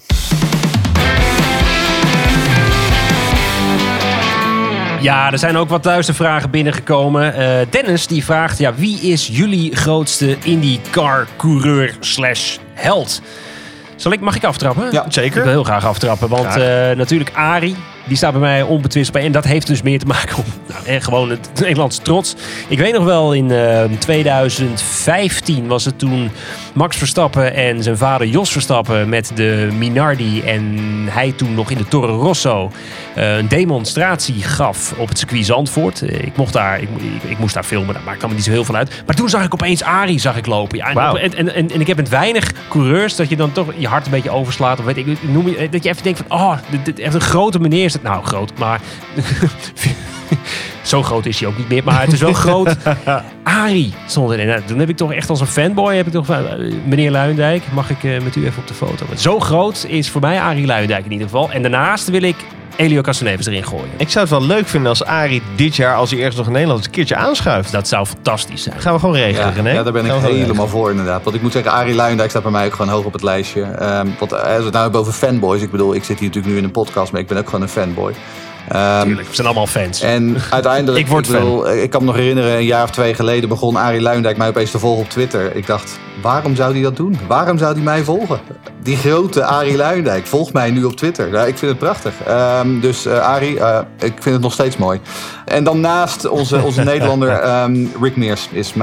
Ja, er zijn ook wat luistervragen binnengekomen. Dennis die vraagt, wie is jullie grootste IndyCar-coureur / held? Mag ik aftrappen? Ja, zeker. Ik wil heel graag aftrappen, want natuurlijk Arie, die staat bij mij onbetwistbaar. En dat heeft dus meer te maken met gewoon het Nederlands trots. Ik weet nog wel, in 2015 was het toen Max Verstappen en zijn vader Jos Verstappen met de Minardi. En hij toen nog in de Toro Rosso een demonstratie gaf op het circuit Zandvoort. Ik moest daar filmen, dat maakt allemaal niet zo heel veel uit. Maar toen zag ik opeens Arie lopen. Ja, Wow. En ik heb met weinig coureurs dat je dan toch je hart een beetje overslaat. Of weet ik, dat je even denkt van, dit heeft een grote meneer is het. Nou, groot, maar Zo groot is hij ook niet meer, maar het is wel groot. Arie stond erin. Nou, toen heb ik toch echt als een fanboy, meneer Luijendijk, mag ik met u even op de foto? Want zo groot is voor mij Arie Luijendijk in ieder geval. En daarnaast wil ik Elio Castroneves erin gooien. Ik zou het wel leuk vinden als Arie dit jaar, als hij ergens nog in Nederland een keertje aanschuift. Dat zou fantastisch zijn. Gaan we gewoon regelen, René? Ja, daar ben ik helemaal voor inderdaad. Want ik moet zeggen, Arie Luijendijk staat bij mij ook gewoon hoog op het lijstje. Want als we het nou hebben over fanboys. Ik bedoel, ik zit hier natuurlijk nu in een podcast, maar ik ben ook gewoon een fanboy. Tuurlijk, we zijn allemaal fans. En uiteindelijk, ik kan me nog herinneren, een jaar of 2 geleden begon Arie Luijendijk mij opeens te volgen op Twitter. Ik dacht, waarom zou hij dat doen? Waarom zou hij mij volgen? Die grote Arie Luijendijk volgt mij nu op Twitter. Ja, ik vind het prachtig. Dus Arie, ik vind het nog steeds mooi. En dan naast onze Nederlander, Rick Mears is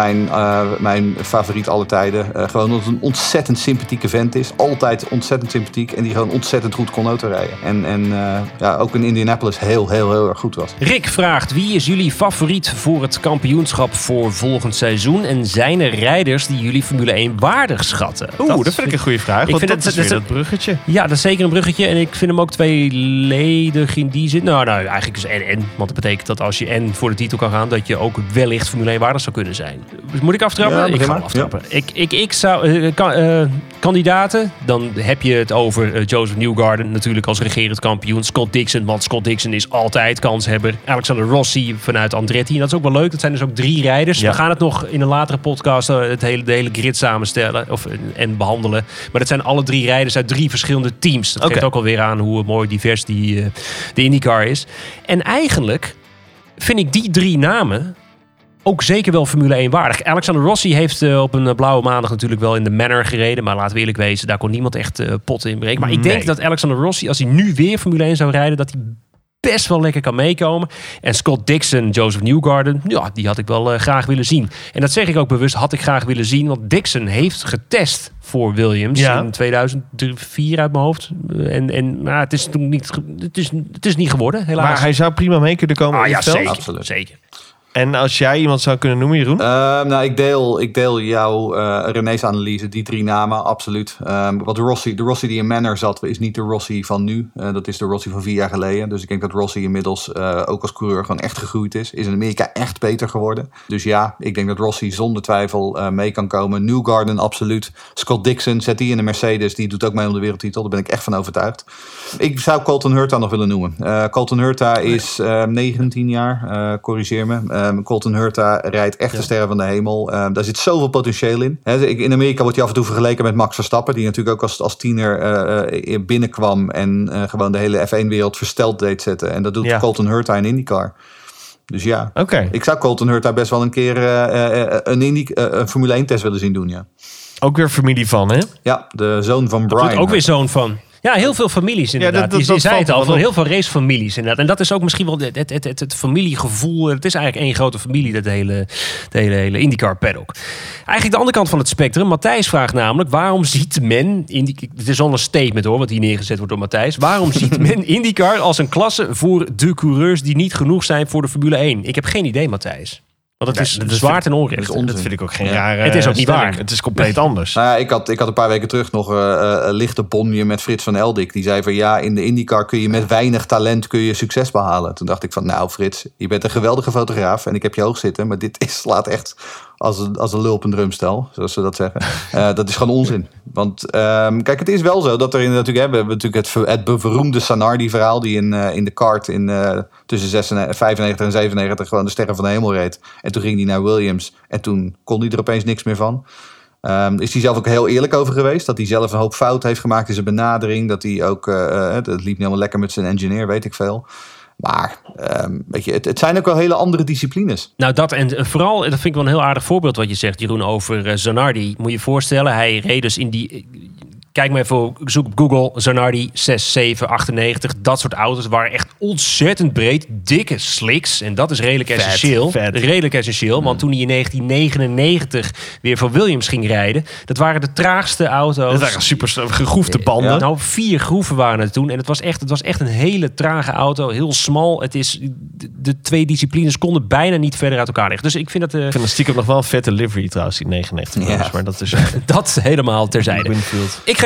mijn favoriet aller tijden. Gewoon omdat het een ontzettend sympathieke vent is. Altijd ontzettend sympathiek. En die gewoon ontzettend goed kon autorijden. En ook in Indianapolis heel erg goed was. Rick vraagt, wie is jullie favoriet voor het kampioenschap voor volgend seizoen? En zijn er rijders die jullie Formule 1 waardig schatten? Dat vind ik een goede vraag. Dat is dat bruggetje. Ja, dat is zeker een bruggetje. En ik vind hem ook tweeledig in die zin. Nou, eigenlijk is en. Want dat betekent dat als je en voor de titel kan gaan, dat je ook wellicht Formule 1 waardig zou kunnen zijn. Moet ik aftrappen? Ja, ik ga hem aftrappen. Ja. Ik zou... kandidaten, dan heb je het over Joseph Newgarden natuurlijk als regerend kampioen. Scott Dixon, want Scott Dixon is altijd kanshebber. Alexander Rossi vanuit Andretti. En dat is ook wel leuk. Dat zijn dus ook 3 rijders. Ja. We gaan het nog in een latere podcast de hele grid samenstellen en behandelen. Maar dat zijn alle 3 rijders uit 3 verschillende teams. Dat geeft ook alweer aan hoe mooi divers de IndyCar is. En eigenlijk vind ik die 3 namen ook zeker wel Formule 1 waardig. Alexander Rossi heeft op een blauwe maandag natuurlijk wel in de Manor gereden. Maar laten we eerlijk wezen, daar kon niemand echt potten in breken. Maar ik denk dat Alexander Rossi, als hij nu weer Formule 1 zou rijden, dat hij best wel lekker kan meekomen. En Scott Dixon, Joseph Newgarden, ja, die had ik wel graag willen zien. En dat zeg ik ook bewust, had ik graag willen zien. Want Dixon heeft getest voor Williams in 2004 uit mijn hoofd. Maar het is toen niet, het is niet geworden, helaas. Maar hij zou prima mee kunnen komen in het veld? Zeker, absoluut. Zeker. En als jij iemand zou kunnen noemen, Jeroen? Ik deel jouw René's analyse, die 3 namen, absoluut. Want de Rossi die in Manor zat, is niet de Rossi van nu. Dat is de Rossi van 4 jaar geleden. Dus ik denk dat Rossi inmiddels ook als coureur gewoon echt gegroeid is. Is in Amerika echt beter geworden. Dus ja, ik denk dat Rossi zonder twijfel mee kan komen. Newgarden, absoluut. Scott Dixon, zet die in de Mercedes. Die doet ook mee om de wereldtitel. Daar ben ik echt van overtuigd. Ik zou Colton Herta nog willen noemen. Colton Herta is 19 jaar. Corrigeer me. Colton Herta rijdt echt de sterren van de hemel. Daar zit zoveel potentieel in. In Amerika wordt hij af en toe vergeleken met Max Verstappen. Die natuurlijk ook als tiener binnenkwam. En gewoon de hele F1-wereld versteld deed zetten. En dat doet Colton Herta in IndyCar. Dus ja, ik zou Colton Herta best wel een keer een Formule 1-test willen zien doen. Ja. Ook weer familie van, hè? Ja, de zoon van Brian. Ook weer zoon van. Ja, heel veel families inderdaad. Je zei het al, van heel veel racefamilies inderdaad. En dat is ook misschien wel het familiegevoel. Het is eigenlijk één grote familie, de hele IndyCar paddock. Eigenlijk de andere kant van het spectrum. Matthijs vraagt namelijk, waarom ziet men... Het is al een statement hoor, wat hier neergezet wordt door Matthijs. Waarom ziet men IndyCar als een klasse voor de coureurs die niet genoeg zijn voor de Formule 1? Ik heb geen idee, Matthijs. Want het is zwaar en onrecht. Dat vind ik ook geen rare Het is ook niet waar. Het is compleet anders. Ik had een paar weken terug nog een lichte bonje met Frits van Eldik. Die zei van in de IndyCar kun je met weinig talent succes behalen. Toen dacht ik van Frits, je bent een geweldige fotograaf. En ik heb je hoog zitten. Maar dit slaat echt als een lul op een drumstel. Zoals ze dat zeggen. Dat is gewoon onzin. Want kijk, het is wel zo dat er natuurlijk... We hebben natuurlijk het beroemde Zanardi verhaal. Die in de kart tussen 95 en 97 gewoon de sterren van de hemel reed. En toen ging hij naar Williams. En toen kon hij er opeens niks meer van. Is hij zelf ook heel eerlijk over geweest. Dat hij zelf een hoop fout heeft gemaakt in zijn benadering. Dat hij ook... het liep niet helemaal lekker met zijn engineer, weet ik veel. Maar weet je, het zijn ook wel hele andere disciplines. Nou, dat en vooral, dat vind ik wel een heel aardig voorbeeld wat je zegt, Jeroen, over Zanardi. Moet je je voorstellen, hij reed dus in die... Kijk maar even, zoek op Google, Zanardi 6798. Dat soort auto's waren echt ontzettend breed. Dikke slicks. En dat is redelijk essentieel. Redelijk essentieel. Want toen hij in 1999 weer voor Williams ging rijden... dat waren de traagste auto's. Dat waren super gegroefde banden. Nou, 4 groeven waren het toen. En het was echt een hele trage auto. Heel smal. De 2 disciplines konden bijna niet verder uit elkaar liggen. Dus ik vind dat... Ik vind dat stiekem nog wel een vette livery trouwens in 99. Ja. Maar dat is... dat helemaal terzijde. Winfield. Ik geef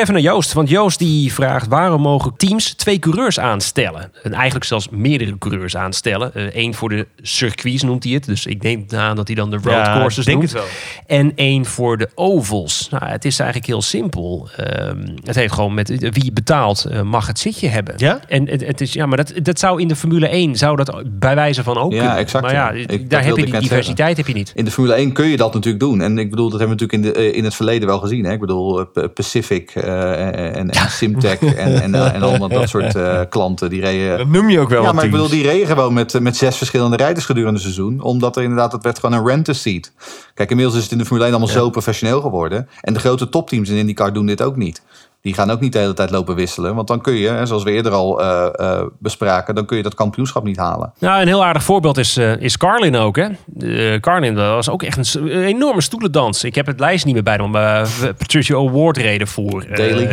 even naar Joost. Want Joost die vraagt, waarom mogen teams 2 coureurs aanstellen? En eigenlijk zelfs meerdere coureurs aanstellen. 1 voor de circuits noemt hij het. Dus ik denk aan dat hij dan de road courses denk noemt. het wel. En 1 voor de ovals. Nou, het is eigenlijk heel simpel. Het heeft gewoon met wie betaalt mag het zitje hebben. Ja? En het is, ja, maar dat zou in de Formule 1 zou dat bij wijze van ook kunnen. Exact. Maar ja, daar heb je die diversiteit heb je niet. In de Formule 1 kun je dat natuurlijk doen. En ik bedoel, dat hebben we natuurlijk in het verleden wel gezien. Hè? Ik bedoel, Pacific en Simtech en allemaal dat soort klanten. Die reden... Dat noem je ook wel. Ja, maar ik teams. bedoel, die reden gewoon met 6 verschillende rijders gedurende het seizoen. Omdat er inderdaad, het werd gewoon een rent-a seat. Kijk, inmiddels is het in de Formule 1 allemaal zo professioneel geworden. En de grote topteams in IndyCar doen dit ook niet. Die gaan ook niet de hele tijd lopen wisselen. Want dan kun je, zoals we eerder al bespraken, dan kun je dat kampioenschap niet halen. Nou, een heel aardig voorbeeld is Carlin ook. Hè? Carlin was ook echt een enorme stoelendans. Ik heb het lijst niet meer bij me, maar Patricia Award reden voor.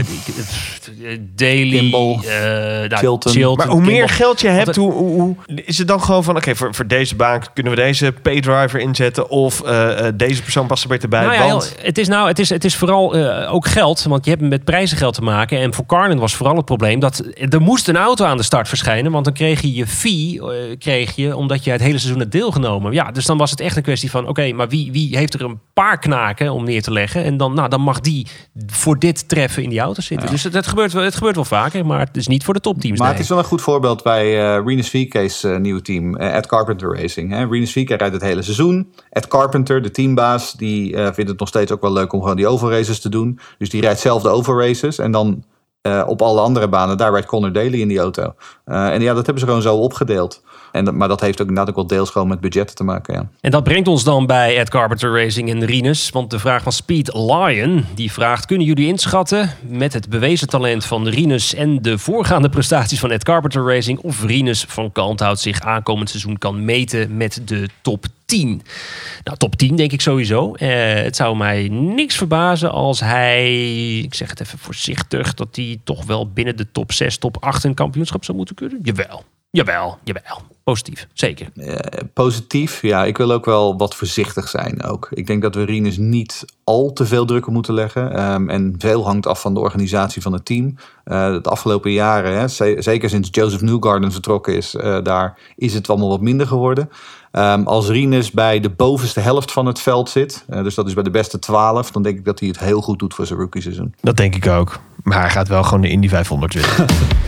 Daly. Kimball. Chilton. Maar hoe meer Kimball. geld je hebt, hoe is het dan gewoon van... Oké, voor deze baan kunnen we deze paydriver inzetten... of deze persoon past er beter bij. Nou ja, want... het is vooral ook geld, want je hebt met prijzengeld te maken. En voor Carlin was vooral het probleem dat er moest een auto aan de start verschijnen, want dan kreeg je fee, omdat je het hele seizoen hebt deelgenomen. Ja, dus dan was het echt een kwestie van, oké, maar wie heeft er een paar knaken om neer te leggen? En dan mag die voor dit treffen in die auto zitten. Ja. Dus het gebeurt wel vaker, maar het is niet voor de topteams. Maar het is wel een goed voorbeeld bij Rinus VeeKay's nieuwe team, Ed Carpenter Racing. Hè? Rinus VeeKay rijdt het hele seizoen. Ed Carpenter, de teambaas, die vindt het nog steeds ook wel leuk om gewoon die oval races te doen. Dus die rijdt zelf de oval races. En dan op alle andere banen, daar rijdt Connor Daly in die auto. En ja, dat hebben ze gewoon zo opgedeeld. Maar dat heeft ook inderdaad ook wel deels gewoon met budgetten te maken. Ja. En dat brengt ons dan bij Ed Carpenter Racing en Rinus. Want de vraag van Speed Lion, die vraagt... kunnen jullie inschatten met het bewezen talent van Rinus... en de voorgaande prestaties van Ed Carpenter Racing... of Rinus van Kalmthout zich aankomend seizoen kan meten met de top 10? Nou, top 10 denk ik sowieso. Het zou mij niks verbazen als hij... ik zeg het even voorzichtig... dat hij toch wel binnen de top 6, top 8 een kampioenschap zou moeten kunnen. Jawel. Positief, zeker. Positief, ja. Ik wil ook wel wat voorzichtig zijn ook. Ik denk dat we Rinus niet al te veel druk op moeten leggen. En veel hangt af van de organisatie van het team. De afgelopen jaren, zeker sinds Joseph Newgarden vertrokken is... daar is het allemaal wat minder geworden. Als Rinus bij de bovenste helft van het veld zit... dus dat is bij de beste 12... dan denk ik dat hij het heel goed doet voor zijn rookie seizoen. Dat denk ik ook. Maar hij gaat wel gewoon de Indy 500 winnen.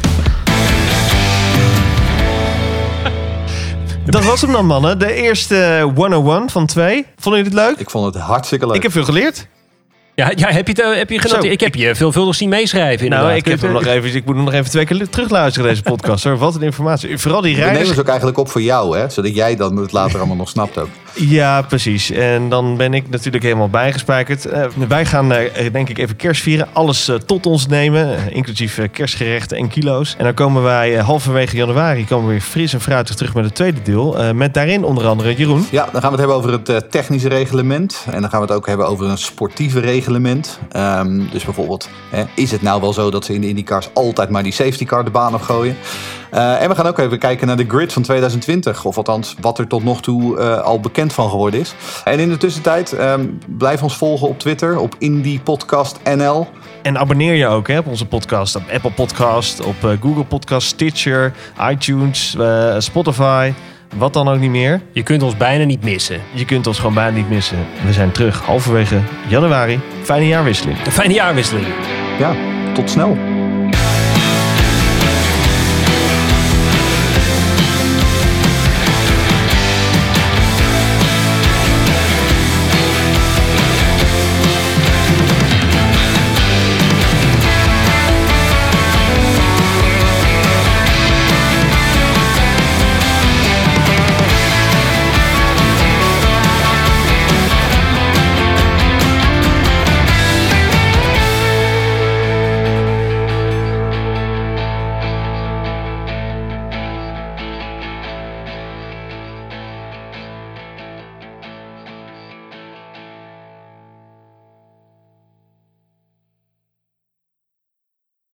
Dat was hem dan, mannen. De eerste 101 van 2. Vonden jullie het leuk? Ik vond het hartstikke leuk. Ik heb veel geleerd. Ja, heb je genoten? Ik heb je veelvuldig zien meeschrijven. Nou, inderdaad. ik moet hem nog even 2 keer terugluisteren, deze podcast. Hoor. Wat een informatie. Vooral die We nemen rijders. ze ook eigenlijk op voor jou, hè? Zodat jij dan het later allemaal nog snapt ook. Ja, precies. En dan ben ik natuurlijk helemaal bijgespijkerd. Wij gaan, denk ik, even kerst vieren. Alles tot ons nemen, inclusief kerstgerechten en kilo's. En dan komen wij halverwege januari weer fris en fruitig terug met het tweede deel. Met daarin onder andere Jeroen. Ja, dan gaan we het hebben over het technische reglement. En dan gaan we het ook hebben over een sportieve reglement. Dus bijvoorbeeld, is het nou wel zo dat ze in de IndyCars altijd maar die safety car de baan opgooien? En we gaan ook even kijken naar de grid van 2020. Of althans, wat er tot nog toe al bekend van geworden is. En in de tussentijd, blijf ons volgen op Twitter, op Indy Podcast NL. En abonneer je ook op onze podcast. Op Apple Podcast, op Google Podcast, Stitcher, iTunes, Spotify. Wat dan ook niet meer. Je kunt ons bijna niet missen. Je kunt ons gewoon bijna niet missen. We zijn terug halverwege januari. Fijne jaarwisseling. Een fijne jaarwisseling. Ja, tot snel.